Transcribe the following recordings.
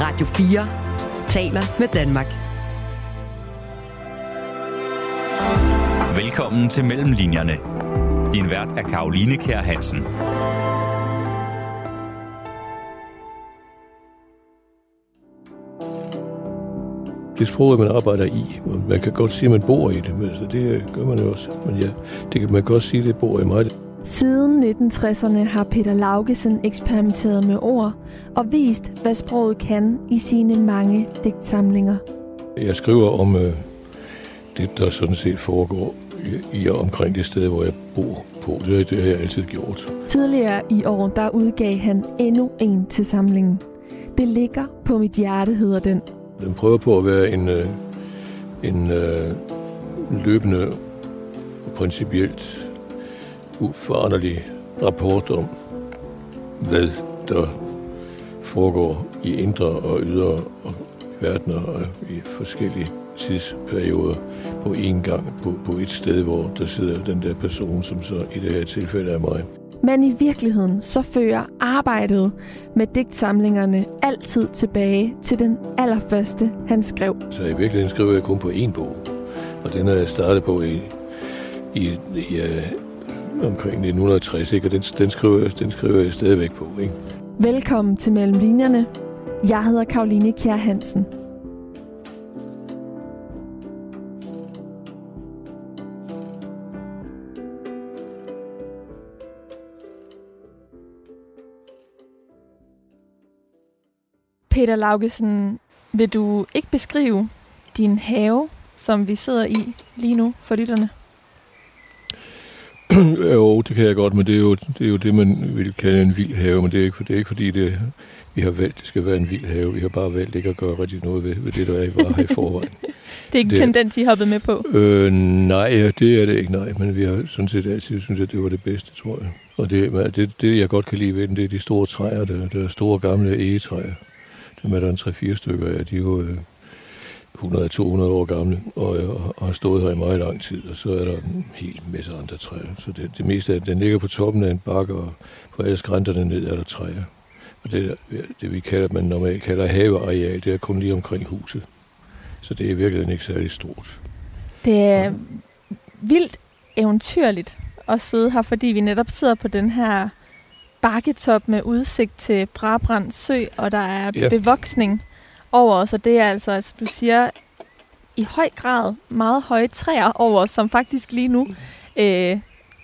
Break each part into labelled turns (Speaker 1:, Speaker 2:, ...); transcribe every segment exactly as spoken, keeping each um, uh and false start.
Speaker 1: Radio fire taler med Danmark.
Speaker 2: Velkommen til Mellemlinjerne. Din vært er Caroline Kjær Hansen.
Speaker 3: Det sprog, man arbejder i. Man kan godt sige, at man bor i det, men det gør man jo også. Men ja, det kan man godt sige, at det bor i mig.
Speaker 4: Siden nitten tresserne har Peter Laugesen eksperimenteret med ord og vist, hvad sproget kan i sine mange digtsamlinger.
Speaker 3: Jeg skriver om øh, det, der sådan set foregår i, i og omkring det sted, hvor jeg bor på. Det, det har jeg altid gjort.
Speaker 4: Tidligere i år, der udgav han endnu en til samlingen. Det ligger på mit hjerte, hedder den.
Speaker 3: Den prøver på at være en, øh, en øh, løbende og principielt uforanderlig rapport om, hvad der foregår i indre og ydre verdener og i forskellige tidsperioder på én gang på, på et sted, hvor der sidder den der person, som så i det her tilfælde er mig.
Speaker 4: Men i virkeligheden så fører arbejdet med digtsamlingerne altid tilbage til den allerførste, han skrev.
Speaker 3: Så i virkeligheden skriver jeg kun på én bog, og den har jeg startet på i, i, i uh, omkring nitten tres, ikke? Og den, den, skriver jeg, den skriver jeg stadigvæk på. Ikke?
Speaker 4: Velkommen til Mellemlinjerne. Jeg hedder Caroline Kjær Hansen. Peter Laugesen, vil du ikke beskrive din have, som vi sidder i lige nu for lytterne?
Speaker 3: Jo, det kan jeg godt, men det er jo det, er jo det man vil kalde en vild have, men det er ikke, det er ikke fordi, det, vi har valgt, det skal være en vild have. Vi har bare valgt ikke at gøre rigtig noget ved, ved det, der er bare her i forvejen.
Speaker 4: Det er ikke en tendens, I hoppet med på?
Speaker 3: Øh, nej, det er det ikke, nej, men vi har sådan set altid synes, at det var det bedste, tror jeg. Og det, det, det jeg godt kan lide ved den, det er de store træer, der, der er store gamle egetræer. Dem er der en tre-fire stykker af, de er jo øh, hundrede til to hundrede år gamle, og, og, og har stået her i meget lang tid, og så er der en hel masse andre træer. Så det, det meste af den ligger på toppen af en bakke, og på alle skrænterne ned er der træer. Og det, det vi kalder, man normalt kalder haveareal, det er kun lige omkring huset. Så det er virkelig ikke særlig stort.
Speaker 4: Det er vildt eventyrligt at sidde her, fordi vi netop sidder på den her bakketop med udsigt til Brabrand Sø, og der er ja. bevoksning over os, og det er altså, altså, du siger, i høj grad meget høje træer over os, som faktisk lige nu øh,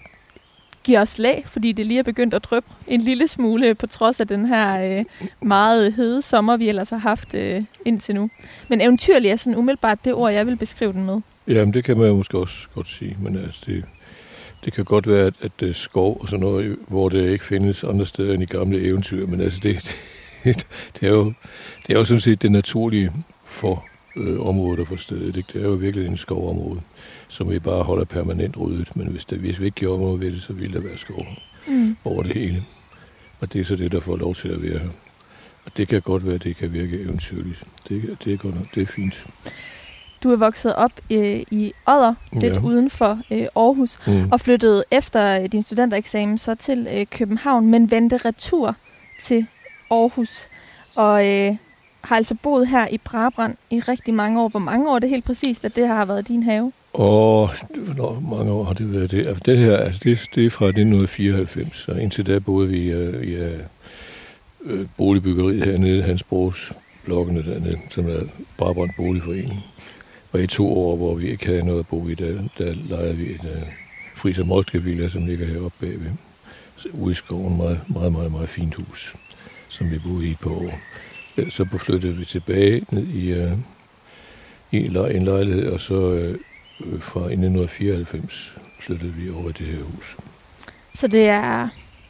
Speaker 4: giver os lag, fordi det lige er begyndt at dryppe en lille smule, på trods af den her øh, meget hede sommer, vi ellers har haft øh, indtil nu. Men eventyrlig er sådan umiddelbart det ord, jeg vil beskrive den med.
Speaker 3: Jamen, det kan man jo måske også godt sige, men altså, det, det kan godt være, at, at det er skov og sådan noget, hvor det ikke findes andre steder end i gamle eventyr, men altså, det, det, det, er, jo, det er jo sådan set det naturlige for øh, området og for stedet. Ikke? Det er jo virkelig en skovområde, som vi bare holder permanent ryddet, men hvis, det, hvis vi ikke gjorde noget ved det, så ville der være skov mm. over det hele. Og det er så det, der får lov til at være her. Og det kan godt være, at det kan virke eventyrligt. Det, det er godt nok, det er fint.
Speaker 4: Du er vokset op øh, i Odder, lidt ja. uden for øh, Aarhus, mm. og flyttede efter din studentereksamen så til øh, København, men vendte retur til Aarhus. Og øh, har altså boet her i Brabrand i rigtig mange år. Hvor mange år er det helt præcist, at det har været din have?
Speaker 3: Åh, hvor mange år har det været det? Altså, det her, altså det, det er fra nitten fireoghalvfems, og indtil da boede vi i, uh, i uh, boligbyggeriet hernede, Hans Bros blokkene dernede, som er Brabrand Boligforening. Og i to år, hvor vi ikke havde noget at bo i, der, der lejede vi et uh, Friis og Moltke villa, som ligger heroppe bagved. Så ude i skoven, meget, meget, meget, meget fint hus, som vi boede i et par år. Så flyttede vi tilbage ned i, uh, i en lejlighed, og så uh, fra nitten fireoghalvfems flyttede vi over i det her hus.
Speaker 4: Så det er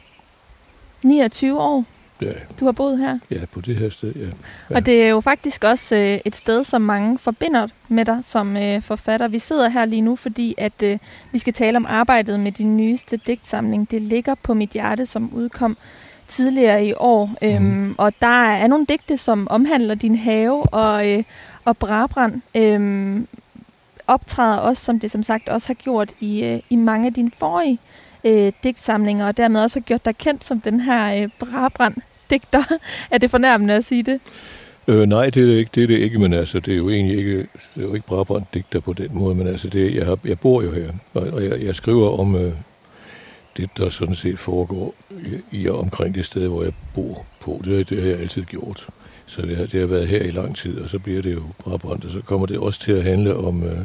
Speaker 4: niogtyve år,
Speaker 3: ja.
Speaker 4: du har boet her?
Speaker 3: Ja, på det her sted, ja. ja.
Speaker 4: Og det er jo faktisk også øh, et sted, som mange forbinder med dig som øh, forfatter. Vi sidder her lige nu, fordi at øh, vi skal tale om arbejdet med din nyeste digtsamling. Det ligger på mit hjerte, som udkom tidligere i år. Mm. Øhm, og der er nogle digte, som omhandler din have og, øh, og Brabrand. Øhm, optræder også, som det som sagt også har gjort i, øh, i mange af dine forrige øh, digtsamlinger, og dermed også har gjort dig kendt som den her øh, Brabrand-digter. Er det fornærmende at sige det?
Speaker 3: Øh, nej, det er det ikke, det er det ikke, men altså, det er jo egentlig ikke, det er jo ikke Brabrand-digter på den måde, men altså, det, jeg, har, jeg bor jo her, og jeg, jeg skriver om øh, det, der sådan set foregår i, i og omkring det sted, hvor jeg bor på. Det, det har jeg altid gjort. Så det har, det har været her i lang tid, og så bliver det jo Brabrand, og så kommer det også til at handle om øh,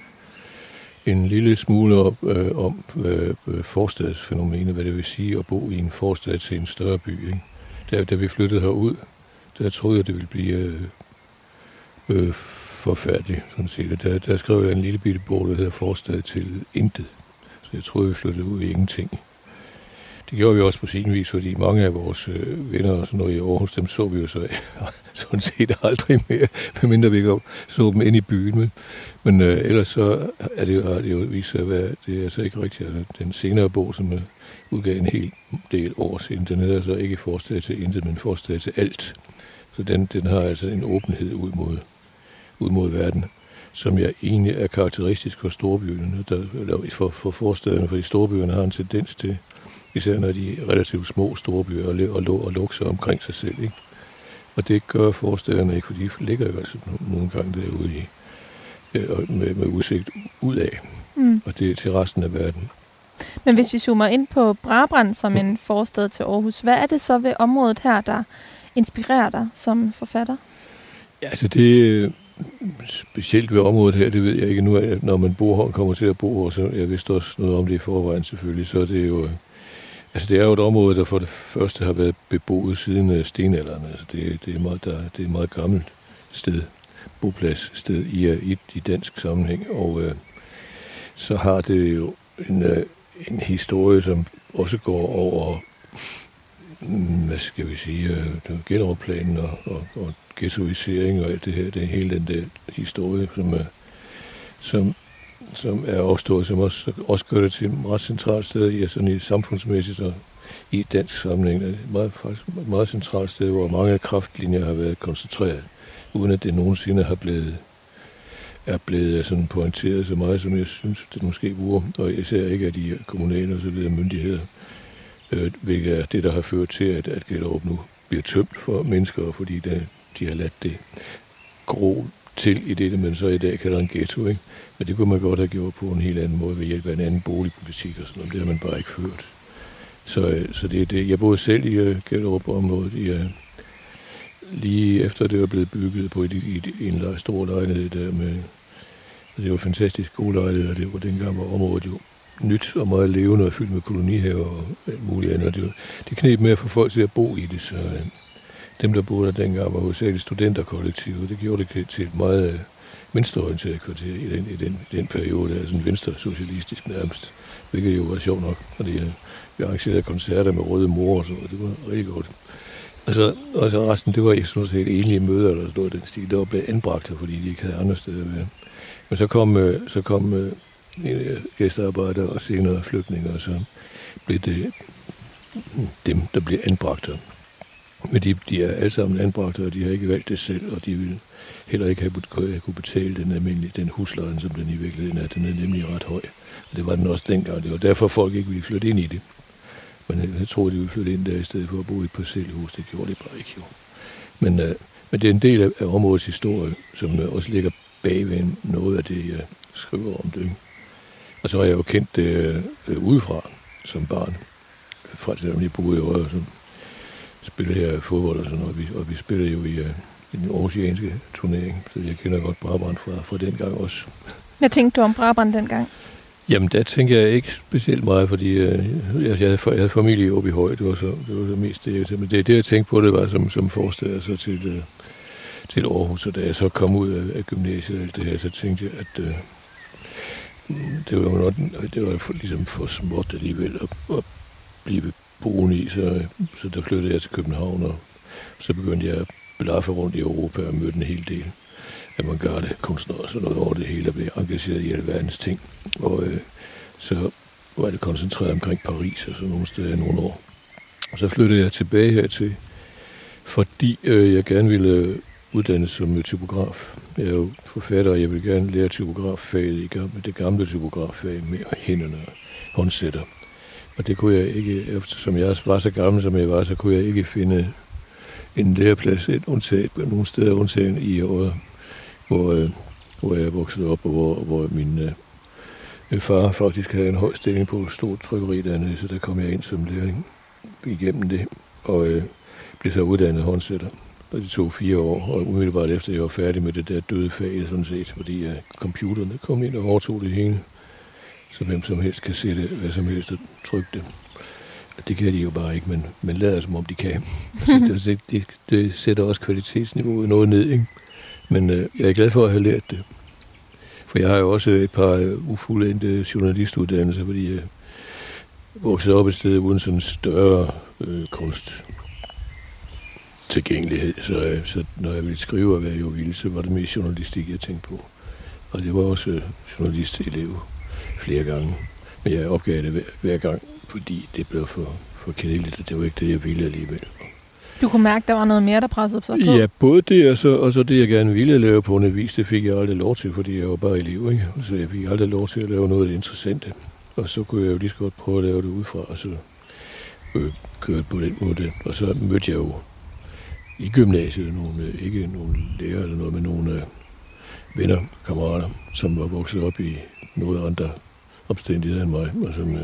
Speaker 3: en lille smule op, øh, om øh, forstadsfænomenet, hvad det vil sige at bo i en forstad til en større by. Ikke? Da, da vi flyttede herud, der troede jeg, det ville blive øh, øh, forfærdeligt, sådan set. Der, der skrev jeg en lille bitte bog, der hedder Forstad til Intet. Så jeg troede, vi flyttede ud i ingenting. Det gjorde vi også på sin vis, fordi mange af vores øh, venner og sådan noget i Aarhus, dem så vi jo så sådan set aldrig mere, medmindre vi ikke så dem ind i byen. Men, men øh, ellers så er det, har det jo vist sig at være, det er altså ikke rigtigt. Altså, den senere bog, som øh, udgav en hel del år siden, den er altså ikke Forstad til Intet, men Forstad til Alt. Så den, den har altså en åbenhed ud mod, ud mod verden, som jeg egentlig er karakteristisk for storbyerne, der, eller for, for forstederne, fordi storbyerne har en tendens til, især når de er relativt små storbyer, og, og, og lukke sig omkring sig selv. Ikke? Og det gør forstederne ikke, for de ligger jo altså nogle gange derude i, med, med udsigt ud af, mm. og det er til resten af verden.
Speaker 4: Men hvis vi zoomer ind på Brabrand som ja. en forstad til Aarhus, hvad er det så ved området her, der inspirerer dig som forfatter?
Speaker 3: Ja, altså det specielt ved området her, det ved jeg ikke nu, at når man bor her og kommer til at bo her, så jeg vidste også noget om det i forvejen selvfølgelig, så er det jo, altså det er jo et område, der for det første har været beboet siden stenalderen, altså det, det, er, meget, der, det er et meget gammelt sted, bopladssted i, i, i dansk sammenhæng, og øh, så har det jo en, øh, en historie, som også går over, hvad skal vi sige, Gellerupplanen og, og, og ghettoisering og alt det her, det er hele den der historie, som er, som, som er opstået, som også, også gør det til et meget centralt sted i, sådan i samfundsmæssigt og i dansk sammenhæng. Det er et meget, faktisk et meget centralt sted, hvor mange kraftlinjer har været koncentreret, uden at det nogensinde har blevet, er blevet sådan pointeret så meget, som jeg synes, det måske bruger, og især ikke af de kommunale og så videre myndigheder, øh, hvilket er det, der har ført til, at, at Gellerup nu bliver tømt for mennesker, fordi det, de har ladt det gro til i det, men så i dag kalder en ghetto, ikke? Men det kunne man godt have gjort på en helt anden måde ved hjælp af en anden boligpolitik og sådan noget. Det har man bare ikke ført. Så, så det er det. Jeg boede selv i uh, Gellerup-området i, uh, lige efter det var blevet bygget på et, et, en stor lejlighed der med, det var fantastisk gode lejligheder, det var dengang var området jo nyt og meget levende og fyldt med kolonihaver og alt muligt andet. Det, det kneb med at få folk til at bo i det, så uh, dem, der boede der dengang, var hovedsageligt studenterkollektivet. Det gjorde det til et meget uh, venstreorienteret kvarter i den, i den, i den periode, altså en venstresocialistisk nærmest, hvilket jo var sjovt nok, og det, uh, vi arrangerede koncerter med røde mor og sådan noget, det var rigtig godt. Altså, altså resten, det var ikke sådan set enlige møder eller noget den stil, der var blevet anbragt her, fordi de ikke havde andre steder at være. Men så kom, så kom gæstearbejdere og senere flygtninge, og så blev det dem, der blev anbragt her. Men de, de er alle sammen anbragt, og de har ikke valgt det selv, og de vil heller ikke have kunne betale den almindelige, den huslejen, som den i virkeligheden er. Den er nemlig ret høj. Og det var den også dengang. Det var derfor, folk ikke ville flytte ind i det. Men jeg tror, de ville flytte ind der i stedet for at bo i et parcelhus. Det gjorde det bare ikke, jo. Men, øh, men det er en del af, af områdets historie, som øh, også ligger bagved noget af det, jeg skriver om det. Og så har jeg jo kendt det øh, udefra som barn. Fra det, da jeg boede i Røde, som spillede her fodbold og sådan noget. Og vi, og vi spillede jo i, øh, i den aarhusianske turnering, så jeg kender godt Brabrand fra, fra den gang også.
Speaker 4: Hvad tænkte du om Brabrand dengang?
Speaker 3: Jamen, der tænker jeg ikke specielt meget, fordi øh, jeg, jeg, havde, jeg havde familie oppe i Høje, det var så, det var så mest det. Men det, det jeg tænkte på, det var som, som forstander så til, øh, til Aarhus, og da jeg så kom ud af, af gymnasiet og alt det her, så tænkte jeg, at øh, det var jo det var for, ligesom for småt alligevel at, at blive boende i, så, så der flyttede jeg til København, og så begyndte jeg at blaffe rundt i Europa og mødte en hel del avantgarde kunstnere og sådan noget over det hele, og blev engageret i alverdens ting. Og øh, så var det koncentreret omkring Paris og sådan nogle steder i nogle år. Og så flyttede jeg tilbage hertil, fordi øh, jeg gerne ville uddannes som typograf. Jeg er jo forfatter, og jeg vil gerne lære typograffaget i gamle, det gamle typograffag med hænderne og håndsætter. Og det kunne jeg ikke, eftersom jeg var så gammel, som jeg var, så kunne jeg ikke finde en læreplads, et undtaget, nogle steder undtagen i året, hvor, øh, hvor jeg voksede op, og hvor, hvor min øh, far faktisk havde en høj stilling på et stort trykkeri dernede, så der kom jeg ind som lærling igennem det, og øh, blev så uddannet håndsætter. Og det tog fire år, og umiddelbart efter jeg var færdig med det der døde fag, sådan set, fordi uh, computerne kom ind og overtog det hele, så hvem som helst kan sætte hvad som helst og trykke det. Og det kan de jo bare ikke, men man lader som om de kan. Altså, det, det, det sætter også kvalitetsniveauet noget ned, ikke? Men uh, jeg er glad for at have lært det. For jeg har jo også et par uh, ufuldendte journalistuddannelser, fordi jeg voksede op et sted uden sådan større uh, kunst. tilgængelighed, så, så når jeg ville skrive og være jo vild, så var det mest journalistik, jeg tænkte på. Og det var også journalistelev flere gange. Men jeg opgav det hver, hver gang, fordi det blev for, for kedeligt, og det var ikke det, jeg ville alligevel.
Speaker 4: Du kunne mærke, der var noget mere, der pressede sig på?
Speaker 3: Ja, både det og så, og så det, jeg gerne ville lave på undervis, det fik jeg aldrig lov til, fordi jeg var bare elev, ikke? Så jeg fik aldrig lov til at lave noget af det interessante. Og så kunne jeg jo lige så godt prøve at lave det udefra, og så øh, kørte på den måde. Og så mødte jeg jo i gymnasiet nogle, ikke nogle lærere eller noget, men nogle øh, venner, kammerater, som var vokset op i noget andre omstændigheder end mig, og som øh,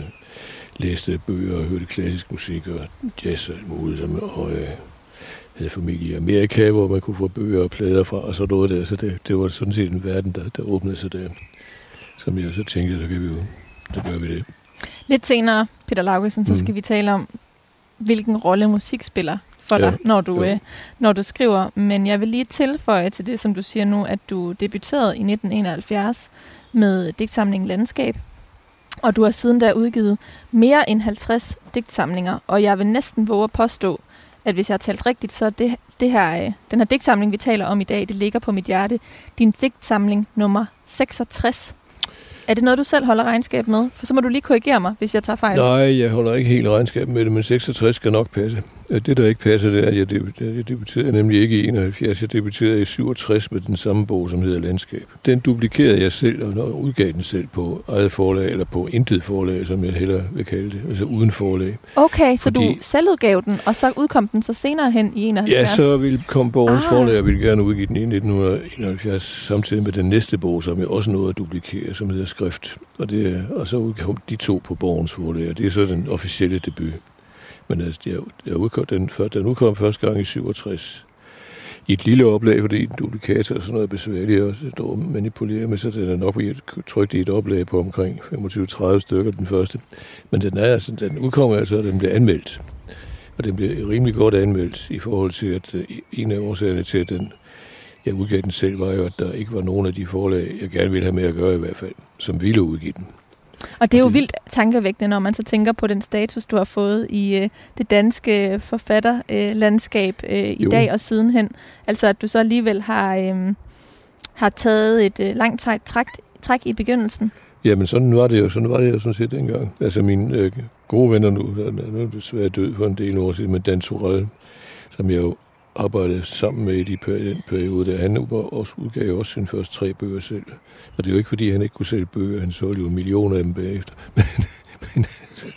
Speaker 3: læste bøger og hørte klassisk musik og jazz og alt muligt, som, og øh, havde familie i Amerika, hvor man kunne få bøger og plader fra, og så noget der. Så det, det var sådan set en verden, der, der åbnede sig der, som jeg så tænkte, så kan vi jo, så gør vi det.
Speaker 4: Lidt senere, Peter Laugesen, så mm. skal vi tale om, hvilken rolle musik spiller for dig, ja, når, du, øh, når du skriver. Men jeg vil lige tilføje til det, som du siger nu, at du debuterede i nitten enoghalvfjerds med digtsamlingen Landskab, og du har siden da udgivet mere end halvtreds digtsamlinger, og jeg vil næsten våge at påstå, at hvis jeg har talt rigtigt, så det, det her, den her digtsamling, vi taler om i dag, det ligger på mit hjerte. Din digtsamling nummer seksogtres. Er det noget, du selv holder regnskab med? For så må du lige korrigere mig, hvis jeg tager fejl.
Speaker 3: Nej, jeg holder ikke helt regnskab med det, men seksogtres skal nok passe. Det, der ikke passer, det er, at jeg debuterede, jeg debuterede nemlig ikke i enoghalvfjerds. Jeg debuterede i syvogtres med den samme bog, som hedder Landskab. Den duplikerede jeg selv, og udgav den selv på eget forlag, eller på intet forlag, som jeg hellere vil kalde det, altså uden forlag.
Speaker 4: Okay, så Fordi, du selv udgav den, og så udkom den så senere hen i enoghalvfjerds?
Speaker 3: Ja, så ville komme Borgens ah. forlag, og ville gerne udgive den i nitten enoghalvfjerds, samtidig med den næste bog, som jeg også nåede at duplikere, som hedder Skrift. Og, det, og så udkom de to på Borgens forlag, og det er så den officielle debut. Men altså, jeg, jeg udkom, den, den udkom første gang i syvogtres i et lille oplag, fordi en duplikator og sådan noget besværligt at stå og manipulere med, så den er nok trykt i et oplag på omkring femogtyve til tredive stykker, den første. Men den, er, altså, den udkom altså, og den blev anmeldt. Og den blev rimelig godt anmeldt i forhold til, at en af årsagerne til, at den, jeg udgav den selv, var jo, at der ikke var nogen af de forlag, jeg gerne ville have med at gøre i hvert fald, som ville udgive den.
Speaker 4: Og det er jo vildt tankevækkende, når man så tænker på den status, du har fået i øh, det danske forfatterlandskab øh, øh, i jo. dag og sidenhen. Altså, at du så alligevel har, øh, har taget et øh, langt træk, træk i begyndelsen.
Speaker 3: Jamen, sådan var det jo, sådan var det jo sådan set dengang. Altså, mine øh, gode venner nu, nu er desværre død for en del år siden, men Dan Turell, som jeg jo arbejdede sammen med i den periode, der han også udgav også sine første tre bøger selv. Og det er jo ikke, fordi han ikke kunne sælge bøger, han solgte jo millioner af dem bagefter. Men, men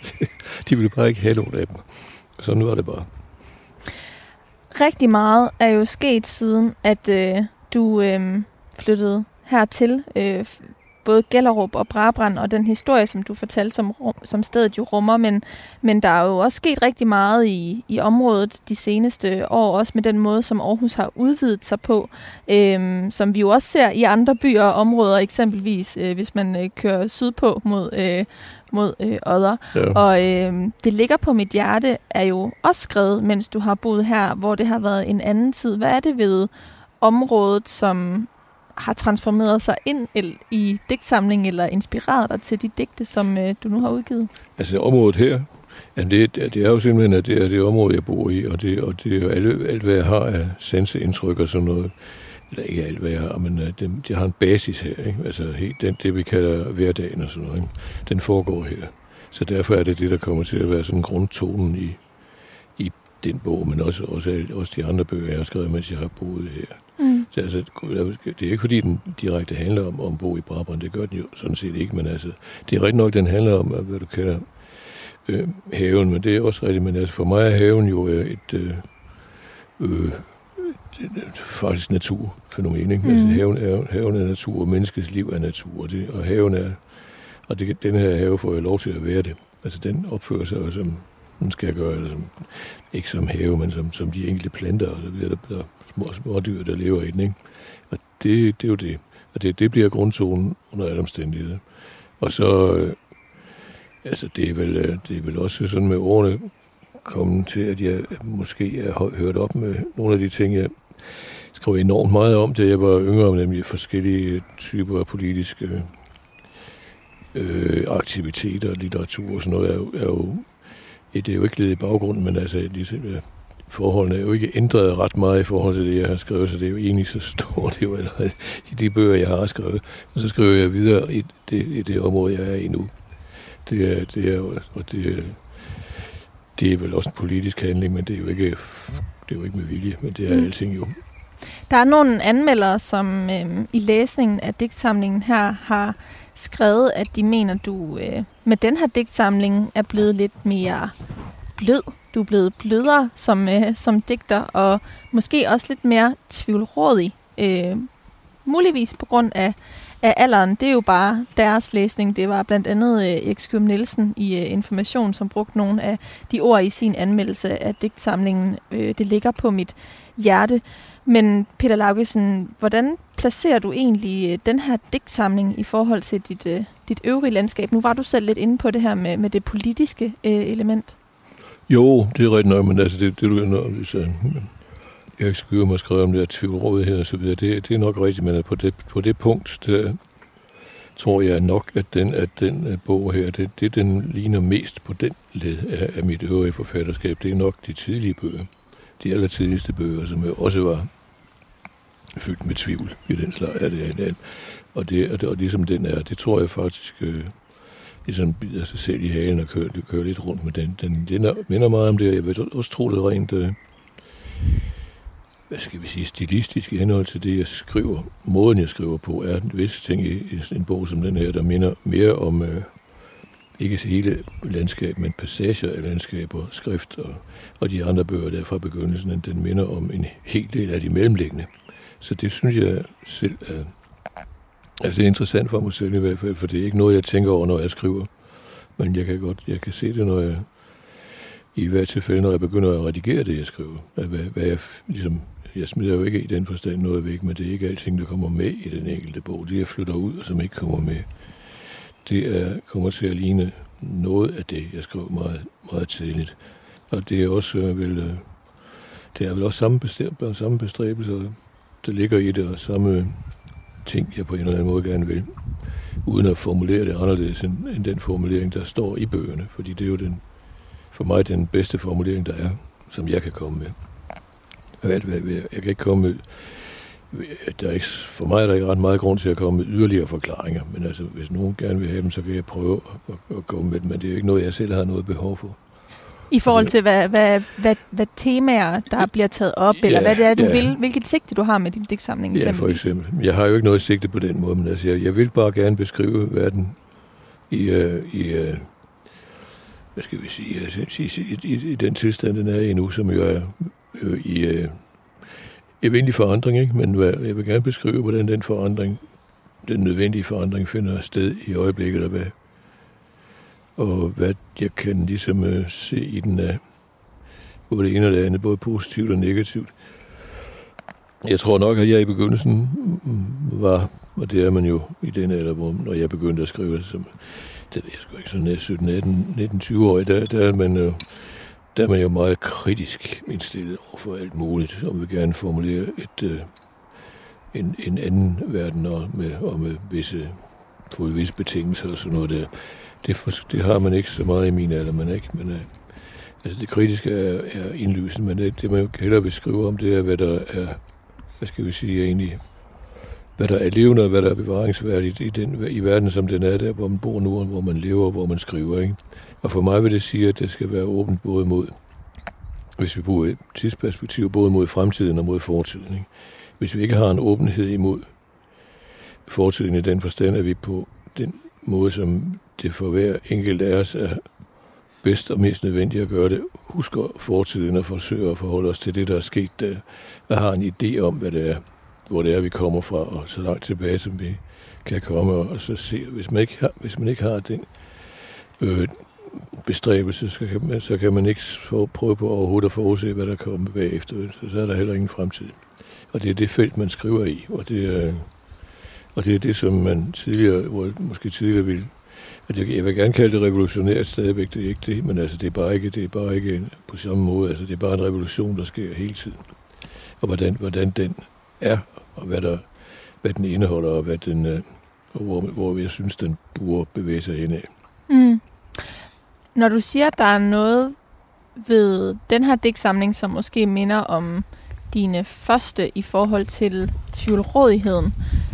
Speaker 3: de ville bare ikke have nogen af dem. Sådan var det bare.
Speaker 4: Rigtig meget er jo sket siden, at øh, du øh, flyttede hertil, øh, både Gellerup og Brabrand, og den historie, som du fortalte, som, som stedet jo rummer, men, men der er jo også sket rigtig meget i, i området de seneste år, også med den måde, som Aarhus har udvidet sig på, øhm, som vi jo også ser i andre byer og områder, eksempelvis øh, hvis man øh, kører sydpå mod, øh, mod øh, Odder. Ja. Og øh, det ligger på mit hjerte, er jo også skrevet, mens du har boet her, hvor det har været en anden tid. Hvad er det ved området, som har transformeret sig ind i digtsamlingen, eller inspireret dig til de digte, som øh, du nu har udgivet?
Speaker 3: Altså området her, altså, det, det er jo simpelthen, at det er det område, jeg bor i, og det, og det er jo alt, alt, hvad jeg har af sanseindtryk og sådan noget. Eller ikke alt, hvad jeg har, men uh, det, det har en basis her, ikke? Altså helt, den, det, vi kalder hverdagen og sådan noget, ikke? Den foregår her. Så derfor er det det, der kommer til at være sådan grundtonen i, i den bog, men også, også, også de andre bøger, jeg har skrevet, mens jeg har boet her. Mm. Så, altså, det er ikke fordi, den direkte handler om, om bo i Brabrand. Det gør den jo sådan set ikke, men altså, det er rigtig nok, den handler om, hvad du kalder øh, haven, men det er også rigtigt. Men altså, for mig er haven jo et, øh, øh, det er faktisk naturfænomen, ikke? Mm. Altså, haven, er, haven er natur, og menneskets liv er natur, og, det, og haven er, og det, den her have får jo lov til at være det. Altså, den opfører sig jo som, den skal gøre det, som, ikke som have, men som, som de enkelte planter, og der, der er små, små dyr, der lever i den, ikke? Og det, det er jo det. Og det, det bliver grundtonen under alle omstændigheder. Og så, øh, altså, det er, vel, det er vel også sådan med årene kommet til, at jeg måske har hørt op med nogle af de ting, jeg skrev enormt meget om, da jeg var yngre, nemlig forskellige typer af politiske øh, aktiviteter, litteratur og sådan noget, er jo, er jo det er jo ikke lidt i baggrunden, men altså, ligesom, ja, forholdene er jo ikke ændret ret meget i forhold til det, jeg har skrevet, så det er jo egentlig så stort, det er jo i de bøger, jeg har skrevet. Og så skriver jeg videre i det, i det område, jeg er i nu. Det er, det er jo, og det er, det er vel også en politisk handling, men det er jo ikke, det er jo ikke med vilje, men det er mm. alting jo.
Speaker 4: Der er nogle anmeldere, som øh, i læsningen af digtsamlingen her har skrevet, at de mener, du øh, med den her digtsamling er blevet lidt mere blød. Du er blevet blødere som, øh, som digter, og måske også lidt mere tvivlrådig. Øh, muligvis på grund af, af alderen. Det er jo bare deres læsning. Det var blandt andet øh, Erik Skyum Nielsen i øh, Information, som brugte nogle af de ord i sin anmeldelse af digtsamlingen. Øh, det ligger på mit hjerte. Men Peter Laugesen, hvordan placerer du egentlig øh, den her digtsamling i forhold til dit, øh, dit øvrige landskab? Nu var du selv lidt inde på det her med, med det politiske øh, element.
Speaker 3: Jo, det er rigtigt nok, men altså det, det du når, hvis jeg, jeg skriver mig skrevet om det her tvivlrådighed og så videre, det, det er nok rigtigt, men på det, på det punkt, der tror jeg nok, at den, at den bog her, det, det den ligner mest på den led af, af mit øvrige forfatterskab, det er nok de tidlige bøger, de allertidligste bøger, som jo også var fyldt med tvivl i den slag af det, og det, og det, og ligesom den er, det tror jeg faktisk øh, ligesom bider sig selv i halen og kører, kører lidt rundt med den. Den, den minder meget om det, jeg vil også tro det rent, øh, hvad skal vi sige, stilistisk i henhold til det, jeg skriver. Måden, jeg skriver på, er en vis ting i, i en bog som den her, der minder mere om, øh, ikke hele landskab, men passager af landskab og skrift og, og de andre bøger der fra begyndelsen, end den minder om en hel del af de mellemliggende. Så det synes jeg selv er altså, det er interessant for mig selv i hvert fald, for det er ikke noget, jeg tænker over, når jeg skriver. Men jeg kan godt, jeg kan se det, når jeg, i hvert tilfælde, når jeg begynder at redigere det, jeg skriver. Hvad, hvad jeg, ligesom, jeg smider jo ikke i den forstand noget væk, men det er ikke alting, der kommer med i den enkelte bog. Det, jeg flytter ud, og som ikke kommer med, det er, kommer til at ligne noget af det, jeg skrev meget, meget tidligt. Og det er også vel, det er vel også samme, bestem, samme bestræbelser, der ligger i det, og samme ting, jeg på en eller anden måde gerne vil, uden at formulere det anderledes end, end den formulering, der står i bøgerne, fordi det er jo den, for mig den bedste formulering, der er, som jeg kan komme med. Jeg kan ikke komme med, der er ikke, for mig er der ikke ret meget grund til at komme med yderligere forklaringer, men altså, hvis nogen gerne vil have dem, så kan jeg prøve at, at komme med dem, men det er jo ikke noget, jeg selv har noget behov for.
Speaker 4: I forhold til, hvad, hvad, hvad, hvad temaer, der bliver taget op, ja, eller hvad det er, du ja. vil, hvilket sigte du har med din digtsamling
Speaker 3: ja, eksempelvis? Ja, for eksempel. Jeg har jo ikke noget sigte på den måde, men altså, jeg, jeg vil bare gerne beskrive verden i, uh, i uh, hvad skal vi sige, i, i, i, i den tilstand, den er i nu, som jo er uh, i uh, eventlig forandring, ikke? Men jeg vil gerne beskrive, hvordan den forandring, den nødvendige forandring finder sted i øjeblikket, og hvad og hvad jeg kan ligesom uh, se i den af både det ene og det andet, både positivt og negativt. Jeg tror nok, at jeg i begyndelsen var, og det er man jo i den alder, hvor når jeg begyndte at skrive, som, det ved jeg sgu ikke, sådan sytten, atten, nitten, tyve år, der, der, er man jo, der er man jo meget kritisk indstillet over for alt muligt, og vil gerne formulere et, uh, en, en anden verden og med, og med visse, på visse betingelser og sådan noget der. Det, for, det har man ikke så meget i min alder, man ikke, men uh, altså det kritiske er, er indlysende, men det, det man jo hellere vil skrive om, det er, hvad der er, hvad skal vi sige egentlig, hvad der er levende og hvad der er bevaringsværdigt i, den, i verden, som den er der, hvor man bor nu, og hvor man lever og hvor man skriver, ikke? Og for mig vil det sige, at det skal være åbent både mod, hvis vi bruger et tidsperspektiv, både mod fremtiden og mod fortiden, ikke? Hvis vi ikke har en åbenhed imod fortiden i den forstand, at vi på den måde, som det for hver enkelt af os er bedst og mest nødvendigt at gøre det. Husk at fortsætte og forsøge at forholde os til det, der er sket. Der. Jeg har en idé om, hvad det er, hvor det er, vi kommer fra, og så langt tilbage, som vi kan komme, og så se, hvis man ikke har, hvis man ikke har den øh, bestræbelse, så kan, man, så kan man ikke prøve på overhovedet at forudse, hvad der kommer bagefter. Så, så er der heller ingen fremtid. Og det er det felt, man skriver i, og det er, og det, er det, som man tidligere, måske tidligere ville. Jeg vil gerne kalde det revolutionært stadigvæk, det er ikke det, men altså, det er bare ikke, det er bare ikke på samme måde. Altså, det er bare en revolution, der sker hele tiden. Og hvordan, hvordan den er, og hvad, der, hvad den indeholder, og, hvad den, og hvor, hvor jeg synes, den burde bevæge sig henad.
Speaker 4: Mm. Når du siger, at der er noget ved den her digtsamling, som måske minder om dine første i forhold til tvivlrådigheden,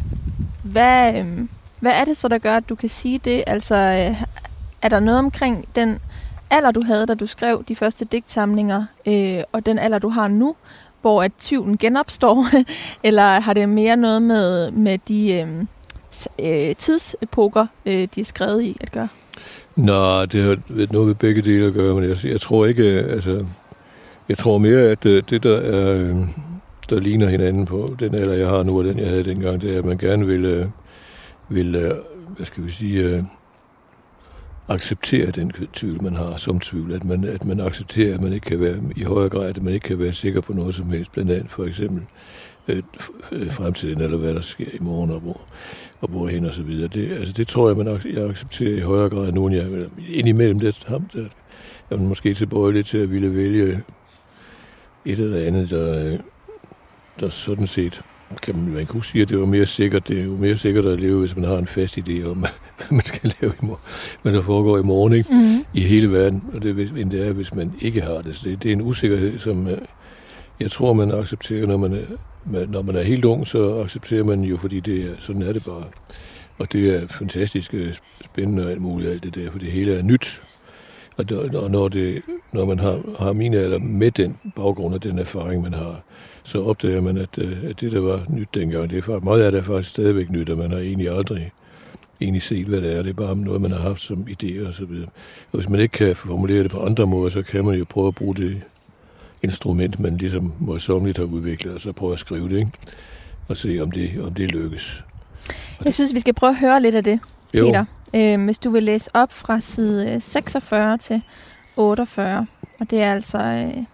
Speaker 4: hvad, hvad er det så, der gør, at du kan sige det? Altså, er der noget omkring den alder, du havde, da du skrev de første digtsamlinger, øh, og den alder, du har nu, hvor at tvivlen genopstår? Eller har det mere noget med, med de øh, tidsepoker, øh, de er skrevet i, at gøre?
Speaker 3: Nå, det har noget ved begge dele at gøre, men jeg, jeg tror ikke, altså, jeg tror mere, at det, der er, der ligner hinanden på den alder, jeg har nu, og den, jeg havde dengang, det er, at man gerne vil, vil hvad skal vi sige, acceptere den tvivl, man har som tvivl, at man, at man accepterer, at man ikke kan være, i højere grad, at man ikke kan være sikker på noget som helst, blandt andet for eksempel øh, fremtiden, eller hvad der sker i morgen, og hvor, og hvorhen og så videre. Det, altså det tror jeg, man jeg accepterer i højere grad, end nogen jeg indimellem det, ham, der, jeg er måske tilbøjelig til at ville vælge et eller andet, der, der sådan set, kan man, man kunne sige, at det var mere sikkert, det er jo mere sikkert at leve, hvis man har en fast idé om, hvad man skal lave i morgen, hvad der foregår i morgen, ikke? Mm-hmm. I hele verden, og det, end det er, hvis man ikke har det. Så det, det er en usikkerhed, som jeg tror, man accepterer, når man er, når man er helt ung, så accepterer man jo, fordi det er, sådan er det bare. Og det er fantastisk spændende og alt muligt, alt det der, for det hele er nyt. Og, der, og når, det, når man har, har mine alder med den baggrund og den erfaring, man har, så opdager man, at, at det, der var nyt dengang, det er faktisk, meget af det er faktisk stadigvæk nyt, og man har egentlig aldrig egentlig set, hvad det er. Det er bare noget, man har haft som idéer og så videre. Og hvis man ikke kan formulere det på andre måder, så kan man jo prøve at bruge det instrument, man ligesom møjsommeligt har udviklet, og så prøve at skrive det, ikke? Og se, om det, om det lykkes. Og
Speaker 4: jeg synes, vi skal prøve at høre lidt af det, Peter. Øh, hvis du vil læse op fra side seksogfyrre til otteogfyrre, og det er altså øh,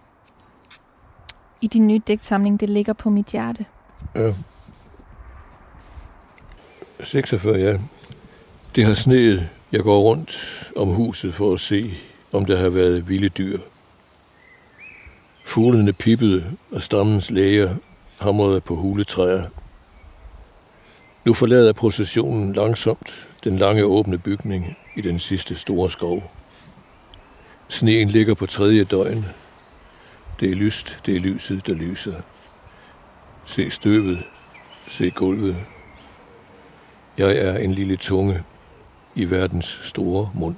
Speaker 4: i din nye digtsamling, Det ligger på mit hjerte.
Speaker 3: Ja. seksogfyrre, ja. Det har sneet. Jeg går rundt om huset for at se, om der har været vilde dyr. Fuglene pippede, og stammens læger hamrede på huletræer. Nu forlader processionen langsomt den lange åbne bygning i den sidste store skov. Sneen ligger på tredje døgn. Det er lyst, det er lyset, der lyser. Se støvet, se gulvet. Jeg er en lille tunge i verdens store mund.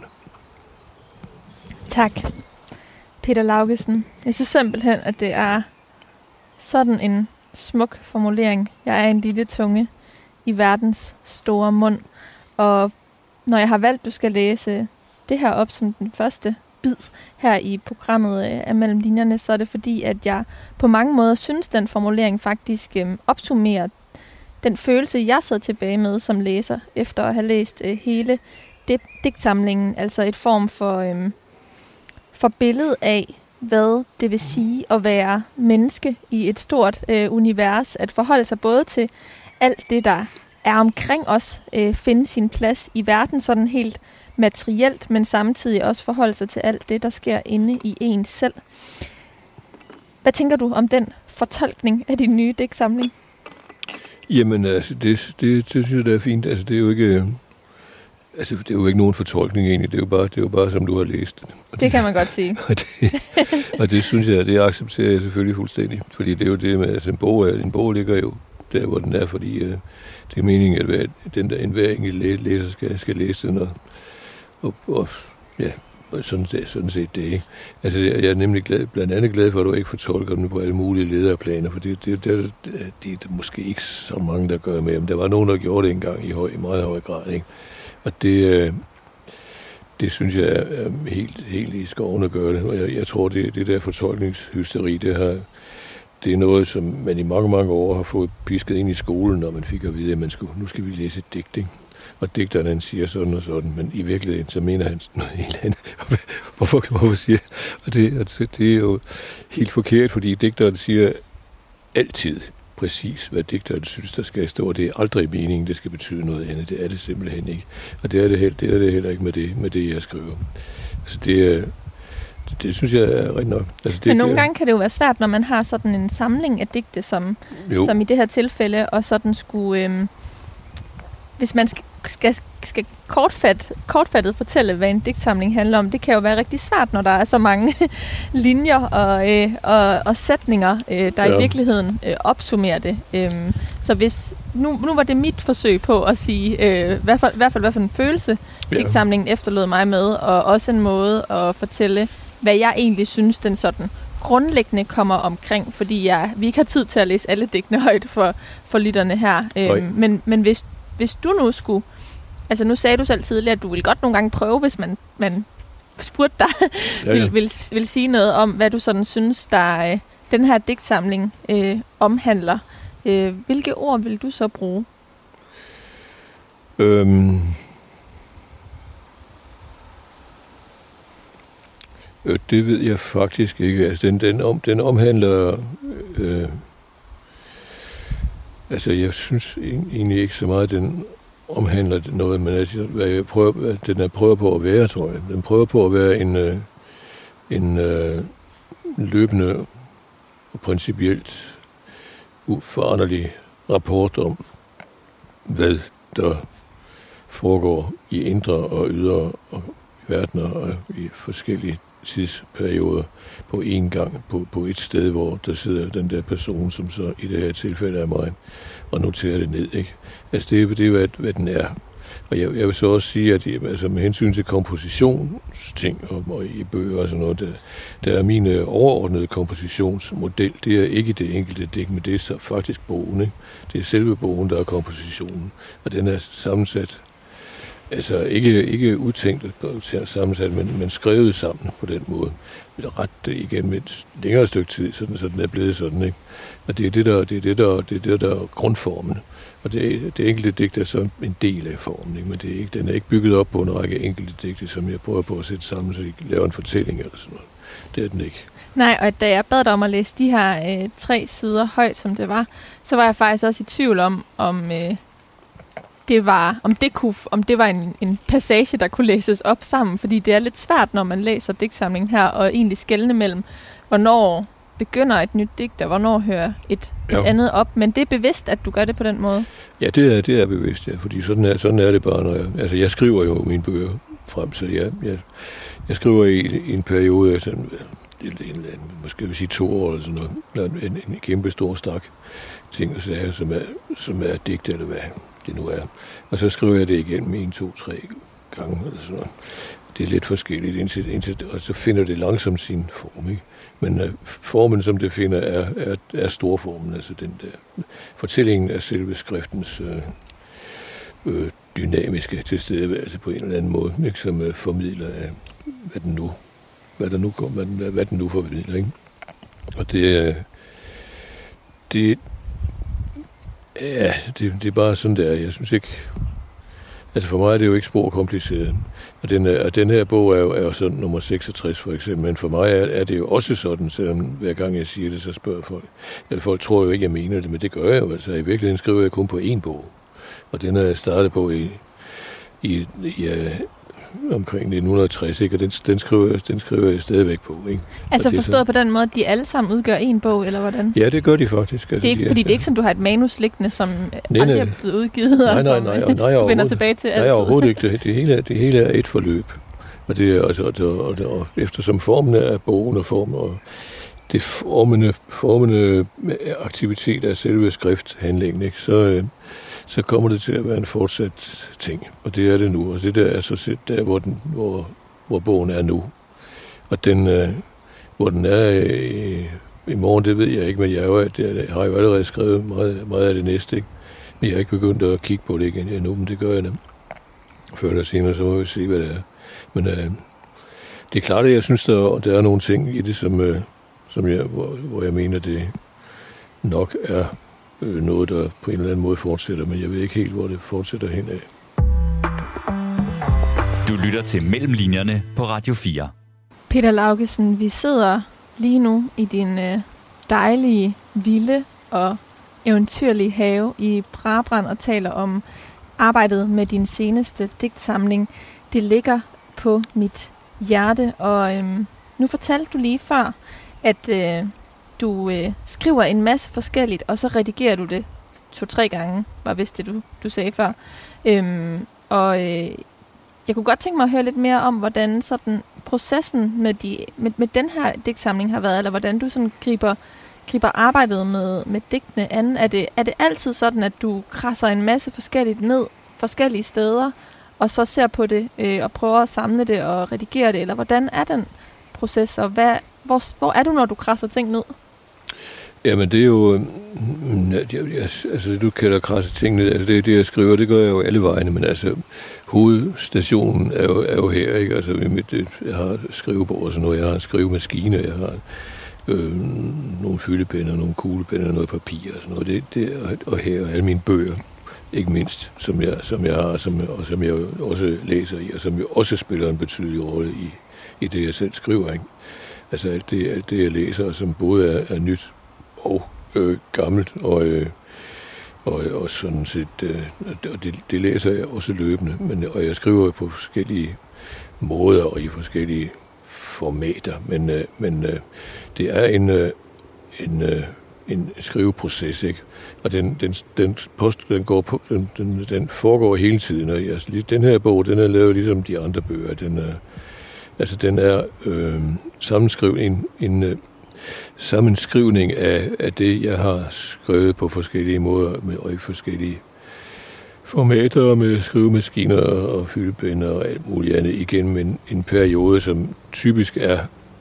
Speaker 4: Tak, Peter Laugesen. Jeg synes simpelthen, at det er sådan en smuk formulering. Jeg er en lille tunge i verdens store mund. Og når jeg har valgt, at du skal læse det her op som den første bid her i programmet af Mellem Linjerne, så er det fordi, at jeg på mange måder synes, den formulering faktisk øh, opsummerer den følelse, jeg sad tilbage med som læser, efter at have læst øh, hele digtsamlingen. Altså et form for, øh, for billede af, hvad det vil sige at være menneske i et stort øh, univers. At forholde sig både til alt det, der er omkring os, øh, finde sin plads i verden sådan helt materielt, men samtidig også forholde sig til alt det, der sker inde i en selv. Hvad tænker du om den fortolkning af din nye digtsamling?
Speaker 3: Jamen, altså, det, det, det synes jeg, det er fint. Altså, det er jo ikke, altså, det er jo ikke nogen fortolkning egentlig. Det er jo bare, det er jo bare som du har læst det.
Speaker 4: Det, det kan man godt sige.
Speaker 3: og, det, og det synes jeg, det accepterer jeg selvfølgelig fuldstændig. Fordi det er jo det med, altså en bog, en bog ligger jo der, hvor den er, fordi uh, det er meningen, at hver, den der enhver enkelt læser skal, skal læse den, og, og, og ja, sådan, sådan set det, ikke? Altså, jeg er nemlig glad, blandt andet glad for, at du ikke fortolker dem på alle mulige lederplaner, for det, det, det, det, det er måske ikke så mange, der gør med dem. Der var nogen, der gjorde det engang i, høj, i meget høj grad, ikke? Og det, det, det synes jeg er helt, helt i skoven at gøre det. Og jeg, jeg tror, det, det der fortolkningshysteri, det, har, det er noget, som man i mange, mange år har fået pisket ind i skolen, når man fik at vide, at man skulle, nu skal vi læse et digt, ikke? Og digteren, han siger sådan og sådan, men i virkeligheden, så mener han noget helt andet. Hvorfor, hvorfor siger og det? Og det er jo helt forkert, fordi digteren siger altid præcis, hvad digteren synes, der skal stå. Det er aldrig meningen, det skal betyde noget andet. Det er det simpelthen ikke. Og det er det, heller, det, er det heller ikke med det, med det, jeg skriver. Altså det, det, det synes jeg er rigtig nok. Altså det,
Speaker 4: Men nogle
Speaker 3: det,
Speaker 4: gange kan det jo være svært, når man har sådan en samling af digte, som, som i det her tilfælde, og sådan skulle... Øhm, hvis man skal, skal, skal kortfat, kortfattet fortælle, hvad en digtsamling handler om, det kan jo være rigtig svært, når der er så mange linjer og, øh, og, og sætninger, øh, der ja. i virkeligheden øh, opsummerer det. Øhm, så hvis nu, nu var det mit forsøg på at sige, øh, i hvert fald, hvert fald hvad for en følelse ja. digtsamlingen efterlod mig med, og også en måde at fortælle, hvad jeg egentlig synes, den sådan grundlæggende kommer omkring, fordi jeg, vi ikke har tid til at læse alle digtene højt for, for lytterne her. Øhm, men, men hvis Hvis du nu skulle... Altså nu sagde du selv tidligere, at du ville godt nogle gange prøve, hvis man, man spurgte dig, ja, ja. Vil, vil, vil sige noget om, hvad du sådan synes, der øh, den her digtsamling øh, omhandler. Øh, hvilke ord vil du så bruge?
Speaker 3: Øhm. Øh, det ved jeg faktisk ikke. Altså den, den, om, den omhandler... Øh, Altså, jeg synes egentlig ikke så meget, at den omhandler noget, men altså, hvad jeg prøver, den er prøver på at være, tror jeg. Den prøver på at være en, en, en løbende og principielt uforanderlig rapport om, hvad der foregår i indre og ydre og verdener og i forskellige tidsperioder på én gang, på, på et sted, hvor der sidder den der person, som så i det her tilfælde er mig, og noterer det ned, ikke? Altså det, det er jo, hvad, hvad den er. Og jeg, jeg vil så også sige, at altså med hensyn til kompositionsting og, og i bøger og sådan noget, der, der er min overordnede kompositionsmodel, det er ikke det enkelte digt, men det er så faktisk bogen, ikke? Det er selve bogen, der er kompositionen, og den er sammensat. Altså ikke, ikke udtænkt sammensat, men, men skrevet sammen på den måde. Ret igennem et længere stykke tid, sådan, så den er blevet sådan, ikke? Og det er det, der, det er det, der, det er det, der er grundformen. Og det, det enkelte digt er så en del af formen, ikke? Men det er ikke, den er ikke bygget op på en række enkelte digte, som jeg prøver på at sætte sammen, så jeg laver en fortælling eller sådan noget. Det er den ikke.
Speaker 4: Nej, og da jeg bad dig om at læse de her øh, tre sider højt, som det var, så var jeg faktisk også i tvivl om, om... Øh det var, om det, kunne, om det var en, en passage, der kunne læses op sammen, fordi det er lidt svært, når man læser digtsamlingen her, og egentlig skelne mellem, hvornår begynder et nyt digt, og hvornår hører et, et andet op. Men det er bevidst, at du gør det på den måde? Ja,
Speaker 3: det er, det er bevidst, ja, fordi sådan er, sådan er det bare, når jeg... Altså, jeg skriver jo mine bøger frem, så jeg, jeg, jeg skriver i, i en periode af sådan, en, en, måske vil sige to år eller sådan noget, en, en kæmpe stor stak ting og sager, som er, som er digt eller hvad det nu er. Og så skriver jeg det igen en, to, tre gange. Eller sådan noget. Det er lidt forskelligt, indtil, indtil, og så finder det langsomt sin form. Ikke? Men uh, formen, som det finder, er, er, er storformen. Altså den der fortællingen af selve skriftens øh, øh, dynamiske tilstedeværelse på en eller anden måde, ikke? Som uh, formidler af, hvad den nu, hvad der nu kommer, hvad, hvad den nu formidler. Ikke? Og det er det Ja, det, det er bare sådan der. Jeg synes ikke... Altså for mig er det jo ikke spor kompliceret. Og den, er, og den her bog er jo, er jo sådan nummer seksogtres for eksempel. Men for mig er, er det jo også sådan, selvom hver gang jeg siger det, så spørger folk. Ja, folk tror jo ikke, jeg mener det, men det gør jeg jo. Altså i virkeligheden skriver jeg kun på én bog. Og den er jeg startet på i, i, i uh, omkring nitten tres, ikke? Og den, den, skriver jeg, den skriver jeg stadigvæk på. Ikke?
Speaker 4: Altså forstået så på den måde, at de alle sammen udgør en bog, eller hvordan?
Speaker 3: Ja, det gør de faktisk. Altså,
Speaker 4: det er ikke,
Speaker 3: de er,
Speaker 4: fordi det er ikke sådan, du har et manus liggende, som
Speaker 3: nej,
Speaker 4: aldrig er blevet udgivet,
Speaker 3: nej,
Speaker 4: og som
Speaker 3: nej, nej, nej,
Speaker 4: du vender tilbage til altid.
Speaker 3: Nej, overhovedet ikke. Det, det, hele, det hele er et forløb. Og, det er, altså, og, og, og, og eftersom formen er bogen og formen, og det formende, formende aktivitet af selve skrifthandlingen, ikke? Så... så kommer det til at være en fortsat ting. Og det er det nu. Og det der er så set der, hvor, den, hvor, hvor bogen er nu. Og den, øh, hvor den er i, i morgen, det ved jeg ikke, men jeg, jo, jeg har jo allerede skrevet meget, meget af det næste. Ikke? Men jeg har ikke begyndt at kigge på det igen endnu, men det gør jeg da. Før eller senere, så må vi se, hvad det er. Men øh, det er klart, at jeg synes, der, der er nogle ting i det, som, øh, som jeg, hvor, hvor jeg mener, det nok er øh, noget, der på en eller anden måde fortsætter, men jeg ved ikke helt, hvor det fortsætter henad.
Speaker 2: Du lytter til Mellemlinjerne på Radio fire.
Speaker 4: Peter Laugesen, vi sidder lige nu i din øh, dejlige, vilde og eventyrlige have i Brabrand og taler om arbejdet med din seneste digtsamling. Det ligger på mit hjerte, og øhm, nu fortalte du lige før, at øh, du øh, skriver en masse forskelligt, og så redigerer du det to-tre gange, var vist det, du, du sagde før. Øhm, og øh, jeg kunne godt tænke mig at høre lidt mere om, hvordan sådan processen med, de, med, med den her digtsamling har været, eller hvordan du sådan griber, griber arbejdet med, med digtene an. Er det, er det altid sådan, at du krasser en masse forskelligt ned forskellige steder, og så ser på det øh, og prøver at samle det og redigere det, eller hvordan er den proces, og hvad, hvor, hvor er du, når du krasser ting ned?
Speaker 3: Jamen det er jo, altså det du kalder krasse ting ned, altså det, det jeg skriver, det gør jeg jo alle vegne, men altså hovedstationen er jo, er jo her, ikke? Altså mit, jeg har skrivebord og sådan noget, jeg har en skrivemaskine, jeg har øh, nogle fyldepænder, nogle kuglepænder, noget papir og sådan noget, det, det, og her og alle mine bøger, ikke mindst, som jeg, som jeg har, som, og som jeg også læser i, og som jo også spiller en betydelig rolle i, i det, jeg selv skriver, ikke? Altså alt det, alt det jeg læser, som både er, er nyt og øh, gammelt, og, øh, og, og sådan set, øh, og det, det læser jeg også løbende, men, og jeg skriver på forskellige måder og i forskellige formater, men, øh, men øh, det er en, øh, en, øh, en skriveproces, ikke? Og den, den, den, post, den, går på, den, den, den foregår hele tiden, og altså, den her bog, den er lavet ligesom de andre bøger, den er, altså den er øh, sammenskrevet en, en øh, sammenskrivning af, af det, jeg har skrevet på forskellige måder med, og i forskellige formater med skrivemaskiner og fyldepænder og alt muligt andet igennem en, en periode, som typisk er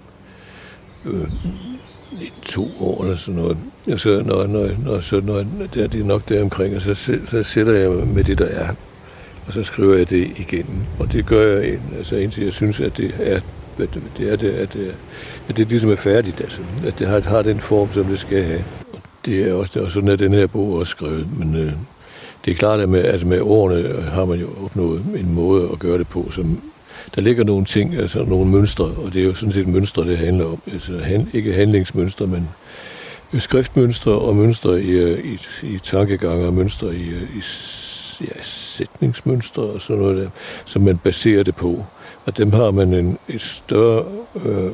Speaker 3: øh, to år eller sådan noget. Og så når, når, når, så når det, er, det er nok deromkring, og så, så sætter jeg med det, der er, og så skriver jeg det igennem. Og det gør jeg altså, indtil jeg synes, at det er at det er det, at det, at det ligesom er færdigt, altså. At det har, har den form, som det skal have. Og det er også, og sådan er den her bog også skrevet, men øh, det er klart, at med, altså med årene har man jo opnået en måde at gøre det på, som der ligger nogle ting, altså nogle mønstre, og det er jo sådan set mønstre, det handler om. Altså han, ikke handlingsmønstre, men skriftmønstre og mønstre i, i, i tankegange og mønstre i, i ja, sætningsmønstre og sådan noget der, som man baserer det på. Og dem har man en, et større øh,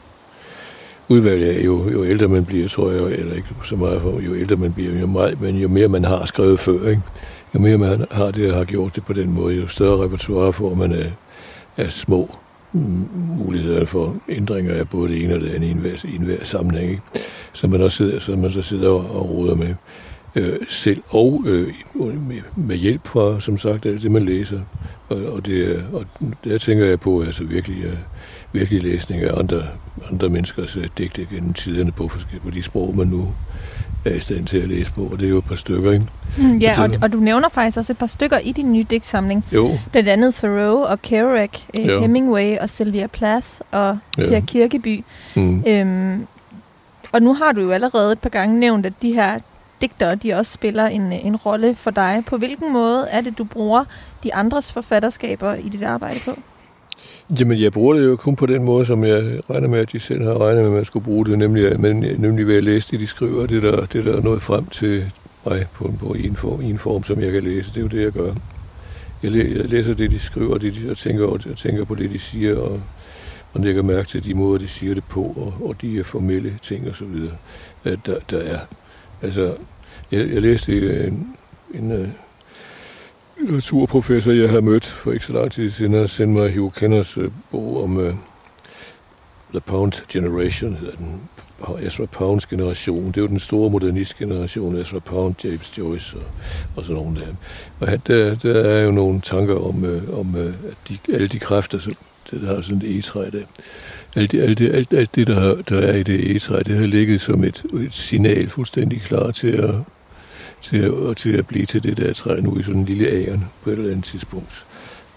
Speaker 3: udvalg af, jo, jo ældre man bliver, tror jeg, eller ikke så meget, jo ældre man bliver, jo, meget, men jo mere man har skrevet før, ikke? Jo mere man har det, har gjort det på den måde, jo større repertoire får man af, af små muligheder for ændringer af både det ene og det andet i enhver, i enhver sammenhæng, ikke? Så man også sidder, så man så sidder og, og roder med øh, selv, og øh, med, med hjælp fra, som sagt, alt det, man læser. Og, og, det, og der tænker jeg på, altså virkelig, uh, virkelig læsning af andre, andre menneskers uh, digte gennem tiderne på, på de sprog, man nu er i stand til at læse på, og det er jo et par stykker, ikke?
Speaker 4: Mm, ja, og, og du nævner faktisk også et par stykker i din nye digtsamling.
Speaker 3: Jo.
Speaker 4: Blandt andet Thoreau og Kerouac, uh, Hemingway og Sylvia Plath og Per ja. Kirkeby. Mm. Øhm, og nu har du jo allerede et par gange nævnt, at de her digtere, de også spiller en, en rolle for dig. På hvilken måde er det, du bruger de andres forfatterskaber i dit arbejde på?
Speaker 3: Jamen, jeg bruger det jo kun på den måde, som jeg regner med, at de selv har regnet med, at man skulle bruge det, nemlig, men, nemlig ved at læse det, de skriver, det der, det der er nået frem til mig på, på en, form, en form, som jeg kan læse. Det er jo det, jeg gør. Jeg, læ, jeg læser det, de skriver, det, de, og, tænker, og tænker på det, de siger, og, og lægger mærke til de måder, de siger det på, og, og de formelle ting og så videre, der, der er. Altså, jeg, jeg læste en, en uh, litteraturprofessor, jeg har mødt for ikke så lang tid siden, og sendte mig Hugh Kenners uh, bog om uh, The Pound Generation, hedder den. Ezra Pounds generation. Det er jo den store modernist-generation, Ezra Pound, James Joyce og, og sådan nogle der. Og der, der er jo nogle tanker om, uh, om uh, at de, alle de kræfter, som det, der har sådan et egetræ der, Alt det, alt det, alt, alt det der, der er i det egetræ, det har ligget som et, et signal fuldstændig klar til at, til, at, til at blive til det der træ nu i sådan en lille æren på et eller andet tidspunkt.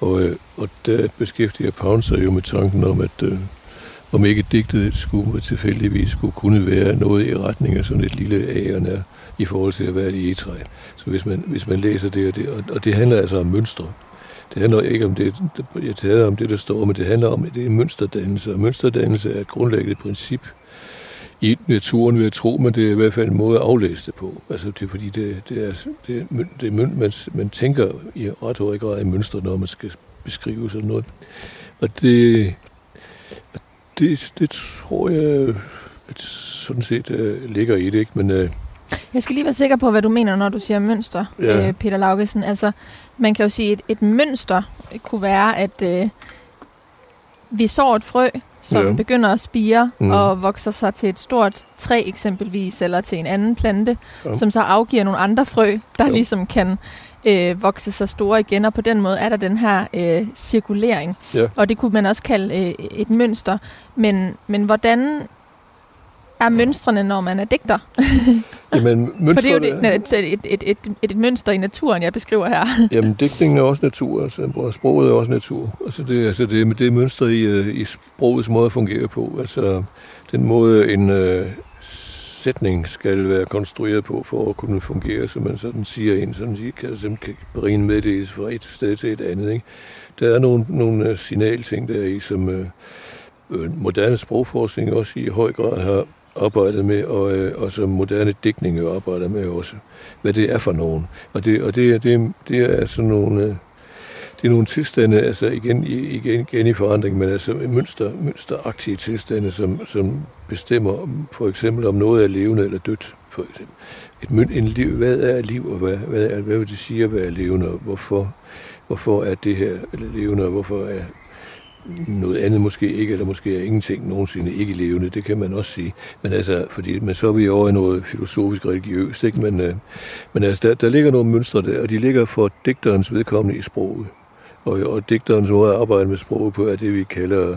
Speaker 3: Og, og der beskæftiger Pound sig jo med tanken om, at øh, om ikke digtet skulle tilfældigvis skulle kunne være noget i retning af sådan et lille æren i forhold til at være et egetræ. Så hvis man, hvis man læser det og det, og, og det handler altså om mønstre. Det handler ikke om det, det handler om det, der står, men det handler om, at det er mønsterdannelse. Og mønsterdannelse er et grundlæggende princip i naturen, vil jeg tro, men det er i hvert fald en måde at aflæse det på. Altså, det er fordi, det, det er, det er, det er man, man tænker i ret høj grad i mønstre, når man skal beskrive sådan noget. Og det, det, det tror jeg, at sådan set uh, ligger i det, ikke? Men uh,
Speaker 4: jeg skal lige være sikker på, hvad du mener, når du siger mønster, ja. øh, Peter Laugesen. Altså, man kan jo sige, at et, et mønster kunne være, at øh, vi sår et frø, som ja. begynder at spire mm. og vokser sig til et stort træ eksempelvis, eller til en anden plante, ja. som så afgiver nogle andre frø, der ja. ligesom kan øh, vokse sig store igen, og på den måde er der den her øh, cirkulering. Ja. Og det kunne man også kalde øh, et mønster. Men, men hvordan er mønstrene, når man er digter?
Speaker 3: Jamen,
Speaker 4: for det er jo et, et, et, et, et, et mønster i naturen, jeg beskriver her.
Speaker 3: Jamen, digtningen er også natur, altså, sproget er også natur. Altså, det, altså, det, det er mønster i, i sprogets måde at fungere på. Altså, den måde, en uh, sætning skal være konstrueret på, for at kunne fungere, som man sådan siger en, sådan siger, kan, som kan berige med det fra et sted til et andet. Ikke? Der er nogle, nogle signalting der i, som uh, moderne sprogforskning også i høj grad har arbejdet med, og, øh, og som moderne digtning jo arbejder med også, hvad det er for nogen. Og det, og det, det, det er sådan nogle, øh, det er nogle tilstande, altså igen, igen, igen i forandring, men altså mønster, mønsteragtige tilstande, som, som bestemmer for eksempel, om noget er levende eller dødt. For eksempel. Et møn, en liv, hvad er liv, og hvad, hvad, er, hvad vil det sige at være levende, og hvorfor, hvorfor er det her levende, og hvorfor er noget andet måske ikke, eller måske er ingenting nogensinde ikke levende, det kan man også sige. Men altså, fordi men så er vi over i noget filosofisk religiøst, ikke? Men, øh, men altså, der, der ligger nogle mønstre der, og de ligger for digterens vedkommende i sproget. Og, og digterens måde at arbejde med sproget på er det, vi kalder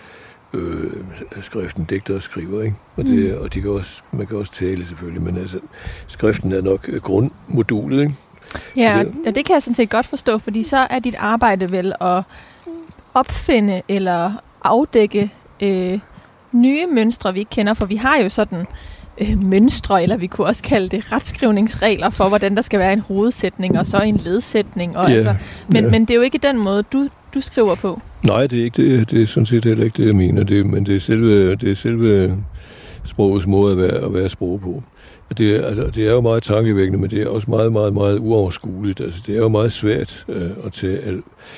Speaker 3: øh, skriften digter og skriver, ikke? Og, det, mm. og de kan også, man kan også tale selvfølgelig, men altså, skriften er nok grundmodulet, ikke?
Speaker 4: Ja, og det, og det kan jeg sådan set godt forstå, fordi så er dit arbejde vel at opfinde eller afdække øh, nye mønstre, vi ikke kender, for vi har jo sådan øh, mønstre, eller vi kunne også kalde det retskrivningsregler for, hvordan der skal være en hovedsætning, og så en ledsætning. Og
Speaker 3: yeah,
Speaker 4: altså, men,
Speaker 3: yeah.
Speaker 4: men det er jo ikke den måde, du, du skriver på.
Speaker 3: Nej, det er ikke det. Det er sådan set heller ikke det, jeg mener. Det, men det er selve, det er selve sprogets måde at være, at være sprog på. Og det, altså, det er jo meget tankevækkende, men det er også meget, meget, meget uoverskueligt. Altså, det er jo meget svært øh, at tage, at,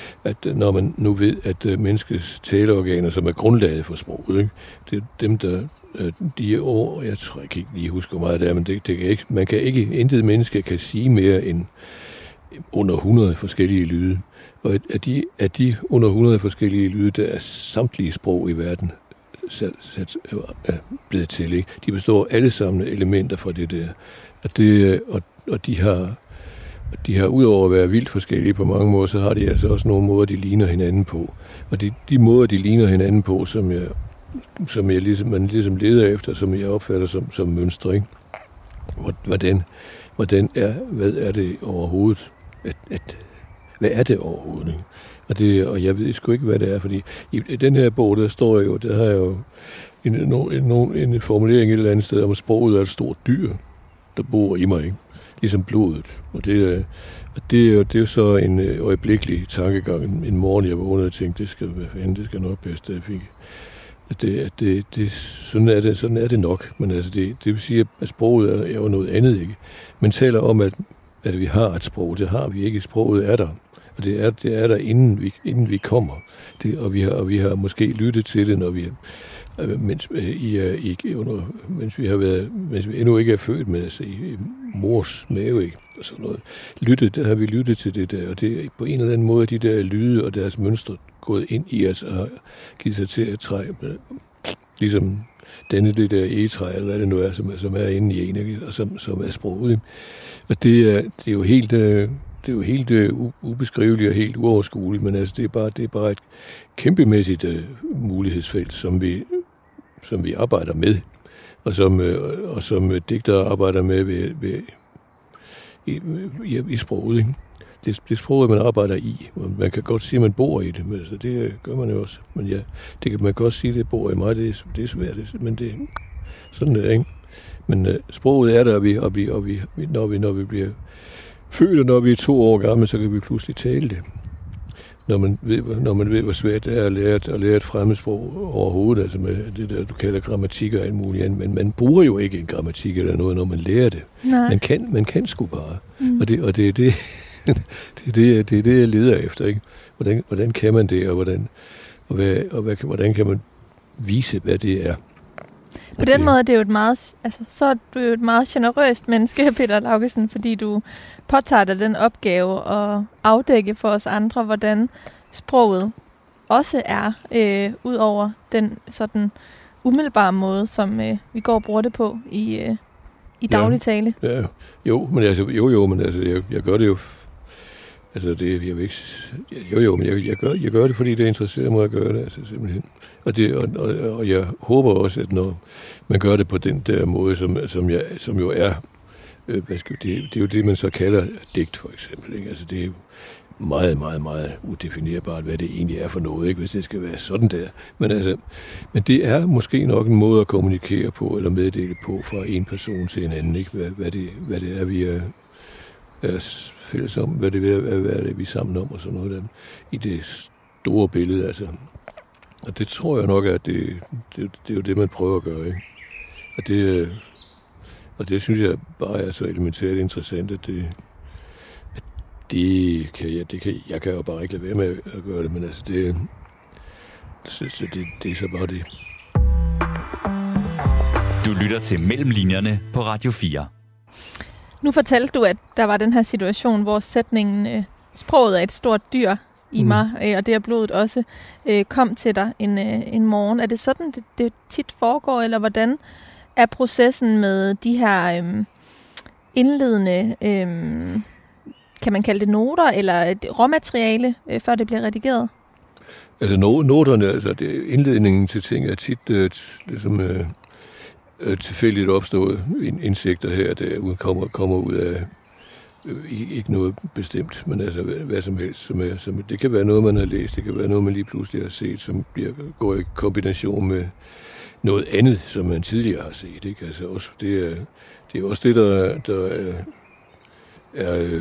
Speaker 3: at når man nu ved, at øh, menneskets taleorganer, som er grundlaget for sproget, ikke? Det er dem, der øh, de år, jeg tror jeg kan ikke lige huske, hvor meget det er, men det, det kan ikke, man kan ikke, intet menneske kan sige mere end under hundrede forskellige lyde. Og af de, af de under hundrede forskellige lyde, der er samtlige sprog i verden sat, sat, er blevet til, ikke? De består alle sammen af elementer fra det der. Og, det, og, og de har, de har udover at være vildt forskellige på mange måder, så har de altså også nogle måder, de ligner hinanden på. Og de, de måder, de ligner hinanden på, som jeg, som jeg ligesom, man ligesom leder efter, som jeg opfatter som, som mønstre, ikke? Hvordan, hvordan er, hvad er det overhovedet? At, at, hvad er det overhovedet, ikke? Og, det, og jeg ved sgu ikke, hvad det er, fordi i, i den her bog, der står jo, der har jeg jo en, en, en, en formulering et eller andet sted om, at sproget er et stort dyr, der bor i mig, ikke? Ligesom blodet. Og det, og det, er, jo, det er jo så en øjeblikkelig tankegang. En morgen, jeg vågnede og tænkte, det skal, hvad fanden, det skal nok bedst, jeg fik. At det, at det, det, sådan, er det, sådan er det nok. Men altså det, det vil sige, at sproget er, er jo noget andet, ikke? Man taler om, at, at vi har et sprog. Det har vi ikke. Sproget er der. Og det er, det er der, inden vi, inden vi kommer. Det, og, vi har, og vi har måske lyttet til det, når vi, mens, i, i, under, mens vi har været, mens vi endnu ikke er født med, altså i, i mors mave, ikke? Og sådan noget. Lyttet, der har vi lyttet til det der, og det er på en eller anden måde, de der lyde og deres mønstre gået ind i os og givet sig til at trække, ligesom denne det der egetræ, eller hvad det nu er, som er, som er inde i en, ikke? Og som, som er sproget. Og det er, det er jo helt... Det er jo helt uh, ubeskriveligt og helt uoverskueligt, men altså, det, er bare, det er bare et kæmpemæssigt uh, mulighedsfelt, som vi, som vi arbejder med, og som, uh, og som digtere arbejder med ved, ved, i, i, i sproget. Ikke? det, det sproget, man arbejder i. Man kan godt sige, at man bor i det, men altså, det gør man jo også. Men ja, det kan man godt sige, at det bor i mig. Det er, det er svært, men det sådan er, ikke? Men uh, sproget er der, og, vi, og, vi, og vi, når, vi, når vi bliver født, og når vi er to år gamle, så kan vi pludselig tale det. Når man ved, når man ved hvor svært det er at lære, at lære et fremmedsprog overhovedet, altså med det der, du kalder grammatik og alt muligt, men man bruger jo ikke en grammatik eller noget, når man lærer det.
Speaker 4: Nej.
Speaker 3: Man kan, man kan sgu bare. Mm. Og, det, og det er det, det, er det, det er det, jeg leder efter, ikke? Hvordan, hvordan kan man det, og, hvordan, og, hvad, og hvad, hvordan kan man vise, hvad det er?
Speaker 4: På den måde er det jo et meget, altså, så er du jo et meget generøst menneske, Peter Laugesen, fordi du påtager dig den opgave at afdække for os andre, hvordan sproget også er, øh, ud over den sådan umiddelbare måde, som øh, vi går og bruger det på i, øh, i daglig tale.
Speaker 3: Ja, ja, jo, men altså, jo, jo, men altså, jeg, jeg gør det jo, altså, det, jeg vil ikke, jo, jo, men jeg, jeg, gør, jeg gør det, fordi det interesserer mig at gøre det, altså, simpelthen. Og, det, og, og, og jeg håber også, at når man gør det på den der måde, som, som, jeg, som jo er, øh, hvad skal, det, det er jo det, man så kalder digt, for eksempel. Ikke? Altså, det er jo meget, meget, meget udefinerbart, hvad det egentlig er for noget, ikke? Hvis det skal være sådan der. Men, altså, men det er måske nok en måde at kommunikere på, eller meddele på fra en person til en anden, ikke? Hvad, hvad, det, hvad det er, vi er, er fælles om, hvad det er, hvad er det, vi er sammen om, og sådan noget der, i det store billede, altså. Og det tror jeg nok, at det, det, det er jo det, man prøver at gøre, ikke? Og det, og det synes jeg bare er så elementært interessant, at det, at det kan jeg, det kan, jeg kan jo bare ikke lade være med at gøre det, men altså det, så, så det, det er så bare det.
Speaker 2: Du lytter til Mellem Linjerne på Radio fire.
Speaker 4: Nu fortalte du, at der var den her situation, hvor sætningen øh, sproget er et stort dyr i mm. mig, øh, og det er blodet også, øh, kom til dig en, øh, en morgen. Er det sådan, det, det tit foregår, eller hvordan er processen med de her øh, indledende, øh, kan man kalde det noter, eller råmateriale, øh, før det bliver redigeret?
Speaker 3: Altså noterne, altså det, indledningen til ting er tit øh, ligesom, øh, øh, tilfældigt opstået indsigter her, der kommer, kommer ud af ikke noget bestemt, men altså hvad som helst. Som er, som, det kan være noget, man har læst, det kan være noget, man lige pludselig har set, som bliver, går i kombination med noget andet, som man tidligere har set. Ikke? Altså også, det, er, det er også det, der, der er, er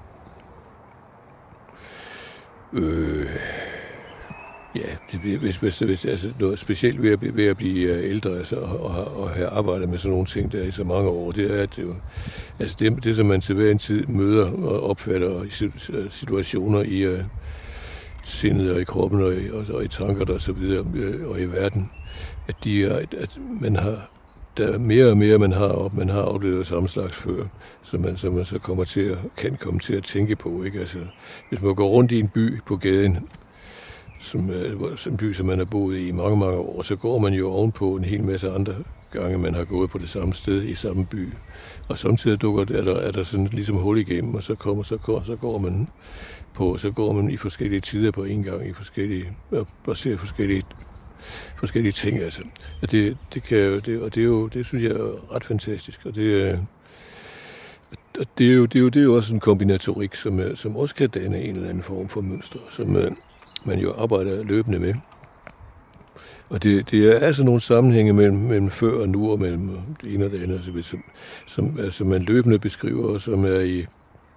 Speaker 3: øh, ja, det bliver, hvis, hvis, hvis, altså noget specielt ved at, ved at blive ældre altså, og, og, og have arbejdet med sådan nogle ting, der i så mange år, det er, at det, jo, altså det, det, som man til hver en tid møder og opfatter i situationer i uh, sindet og i kroppen og i, og, og i tanker og så videre og i verden, at, de er, at man har, der er mere og mere, man har, op, man har oplevet samme slags før, som man, som man så kommer til at, kan komme til at tænke på. Ikke? Altså, hvis man går rundt i en by på gaden, som, som by, som man har boet i mange, mange år, så går man jo ovenpå en hel masse andre gange, man har gået på det samme sted i samme by. Og samtidig dukker der, er der, er der sådan ligesom hul igennem, og så kommer, så går, så går man på, så går man i forskellige tider på en gang, i forskellige, og ser forskellige, forskellige ting, altså. Og det, det kan jo, det, og det er jo, det synes jeg er ret fantastisk, og det, og det er jo, det er jo, det er jo også en kombinatorik, som, som også kan danne en eller anden form for mønster, som man jo arbejder løbende med. Og det, det er altså nogle sammenhænge mellem, mellem før og nu, og mellem det ene og det andet, som, som altså man løbende beskriver, og som er i,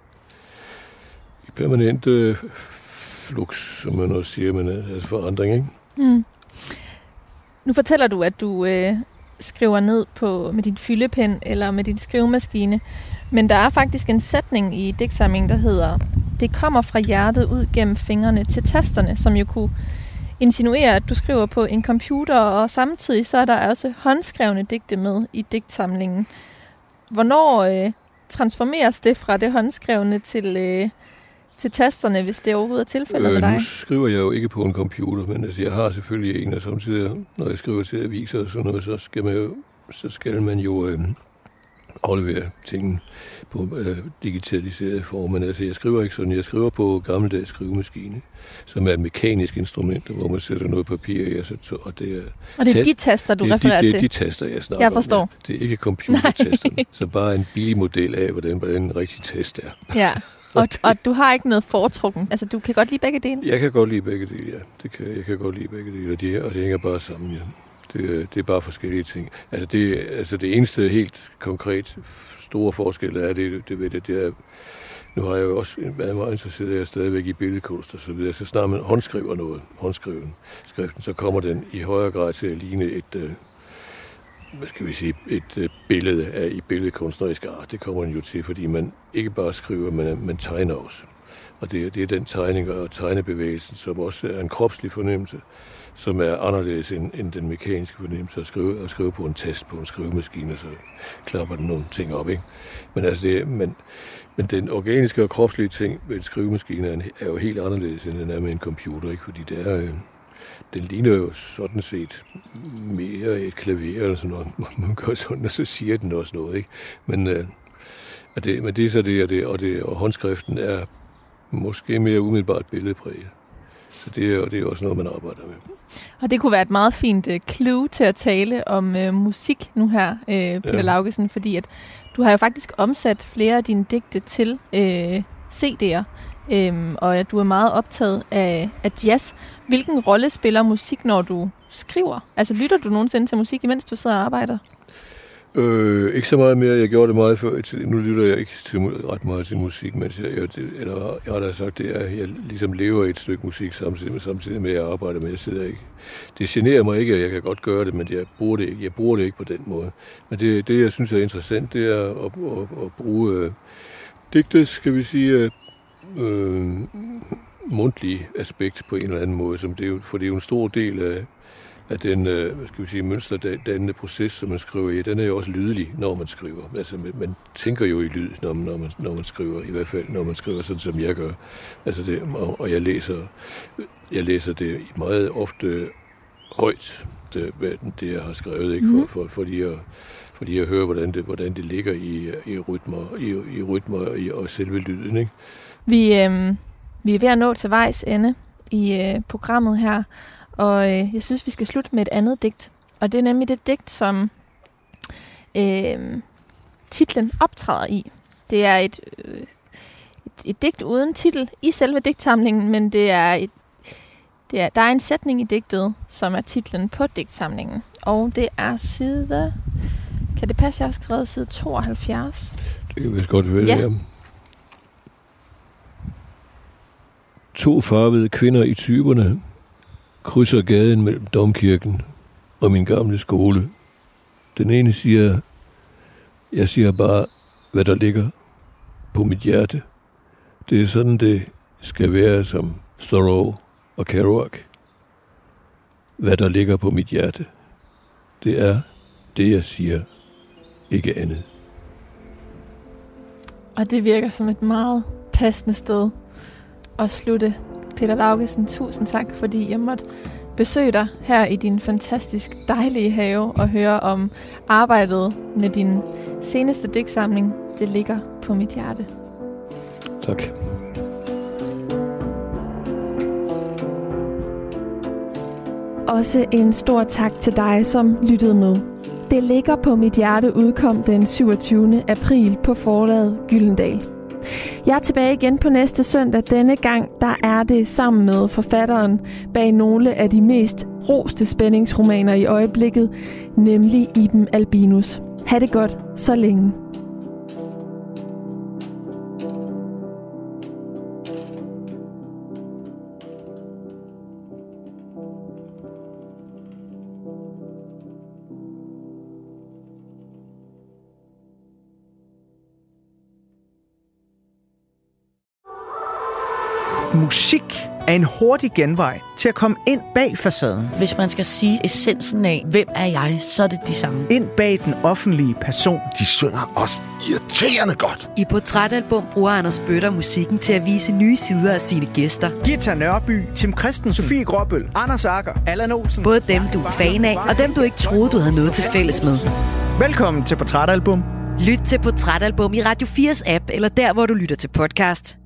Speaker 3: i permanent øh, flux, som man også siger, men altså forandring, ikke?
Speaker 4: Mm. Nu fortæller du, at du øh, skriver ned på med din fyldepen eller med din skrivemaskine, men der er faktisk en sætning i digtsamlingen, der hedder: "Det kommer fra hjertet ud gennem fingrene til tasterne", som jo kunne insinuere, at du skriver på en computer, og samtidig så er der også håndskrevne digte med i digtsamlingen. Hvornår øh, transformeres det fra det håndskrevne til, øh, til tasterne, hvis det overhovedet er tilfældet øh, med dig?
Speaker 3: Nu skriver jeg jo ikke på en computer, men altså, jeg har selvfølgelig en, og samtidig, når jeg skriver til aviser og sådan noget, så skal man jo, så skal man jo øh, aflevere tingene på øh, digitaliseret form. Men altså, jeg skriver ikke sådan. Jeg skriver på gammeldags skrivemaskine, som er et mekanisk instrument, hvor man sætter noget papir i. Så, og det er,
Speaker 4: og det er de taster, du
Speaker 3: det,
Speaker 4: refererer
Speaker 3: det,
Speaker 4: til?
Speaker 3: Det er de taster, jeg snakker
Speaker 4: jeg forstår.
Speaker 3: om. Ja. Det er ikke computertasterne. Så bare en billig model af, hvordan, hvordan en rigtig test er.
Speaker 4: Ja. og, og du har ikke noget foretrukken? Altså, du kan godt lide begge dele?
Speaker 3: Jeg kan godt lide begge dele, ja. Det kan, jeg kan godt lide begge dele, og det, og det hænger bare sammen, ja. Det, det er bare forskellige ting. Altså det, altså det eneste helt konkret store forskel er, det, det ved det, det er, nu har jeg jo også været meget interesseret af stadigvæk i billedkunst og så videre. Så snart man håndskriver noget, håndskriven skriften, så kommer den i højere grad til at ligne et, hvad skal vi sige, et billede af i billedkunstnerisk art. Det kommer den jo til, fordi man ikke bare skriver, men man tegner også. Og det, det er den tegning og tegnebevægelsen, som også er en kropslig fornemmelse, som er anderledes end, end den mekaniske fornemmelse at skrive, at skrive på en tast på en skrivemaskine, så klapper den nogle ting op, ikke? Men, altså det, men, men den organiske og kropslige ting ved en skrivemaskine er, er jo helt anderledes, end den er med en computer, ikke? Fordi det er, den ligner jo sådan set mere et klaver eller sådan noget. Man gør sådan, og så siger den også noget, ikke? Men, øh, og det, men det er så det, og, det, og, det, og håndskriften er måske mere umiddelbart billedpræget. Så det er, det er også noget, man arbejder med.
Speaker 4: Og det kunne være et meget fint uh, clue til at tale om uh, musik nu her, uh, Peter ja. Laugesen, fordi at du har jo faktisk omsat flere af dine digte til uh, C D'er, um, og at du er meget optaget af, af jazz. Hvilken rolle spiller musik, når du skriver? Altså lytter du nogensinde til musik, imens du sidder og arbejder?
Speaker 3: Øh, ikke så meget mere. Jeg gjorde det meget før. Nu lytter jeg ikke til, ret meget til musik, mens jeg, jeg, eller, jeg har da sagt, det er, at jeg ligesom lever i et stykke musik samtidig med, samtidig med at jeg arbejder med. Jeg sidder ikke. Det generer mig ikke, at jeg kan godt gøre det, men jeg bruger det ikke. Jeg bruger det ikke på den måde. Men det, det jeg synes er interessant, det er at, at, at bruge øh, digtet, skal vi sige, øh, mundtlige aspekt på en eller anden måde, som det er jo, for det er jo en stor del af at den, hvad skal vi sige, mønsterdannende proces, som man skriver i, den er jo også lydelig, når man skriver. Altså, man tænker jo i lyd, når man, når man, når man skriver, i hvert fald, når man skriver sådan, som jeg gør. Altså det, og, og jeg læser, jeg læser det meget ofte højt, det, det jeg har skrevet, ikke? For, for, fordi, jeg, fordi jeg hører, hvordan det, hvordan det ligger i, i rytmer, i, i rytmer og, i, og selve lyden, ikke?
Speaker 4: Vi, øh, vi er ved at nå til vejs ende i øh, programmet her, og øh, jeg synes, vi skal slutte med et andet digt. Og det er nemlig det digt, som øh, titlen optræder i. Det er et, øh, et, et digt uden titel i selve digtsamlingen, men det er et, det er, der er en sætning i digtet, som er titlen på digtsamlingen. Og det er side... Kan det passe, jeg har skrevet side tooghalvfjerds?
Speaker 3: Det kan vist godt være,
Speaker 4: ja.
Speaker 3: ja. To farvede kvinder i typerne krydser gaden mellem domkirken og min gamle skole. Den ene siger, jeg siger bare, hvad der ligger på mit hjerte. Det er sådan, det skal være som Thoreau og Kerouac. Hvad der ligger på mit hjerte. Det er det, jeg siger, ikke andet.
Speaker 4: Og det virker som et meget passende sted at slutte. Peter Laugesen, tusind tak, fordi jeg måtte besøge dig her i din fantastisk dejlige have og høre om arbejdet med din seneste digtsamling. Det ligger på mit hjerte.
Speaker 3: Tak.
Speaker 4: Også en stor tak til dig, som lyttede med. Det ligger på mit hjerte udkom den syvogtyvende april på forlaget Gyldendal. Jeg er tilbage igen på næste søndag. Denne gang, der er det sammen med forfatteren bag nogle af de mest roste spændingsromaner i øjeblikket, nemlig Iben Albinus. Ha' det godt så længe.
Speaker 5: Musik er en hurtig genvej til at komme ind bag facaden.
Speaker 6: Hvis man skal sige essensen af, hvem er jeg, så er det de samme.
Speaker 5: Ind bag den offentlige person.
Speaker 7: De synger også irriterende godt.
Speaker 1: I Portrætalbum bruger Anders Bøtter musikken til at vise nye sider af sine gæster.
Speaker 5: Gita Nørby, Tim Christensen, Sofie Gråbøl, Anders Agger, Allan Olsen.
Speaker 1: Både dem, du er fan af, og dem, du ikke troede, du havde noget til fælles med.
Speaker 5: Velkommen til Portrætalbum.
Speaker 1: Lyt til Portrætalbum i Radio fires app, eller der, hvor du lytter til podcast.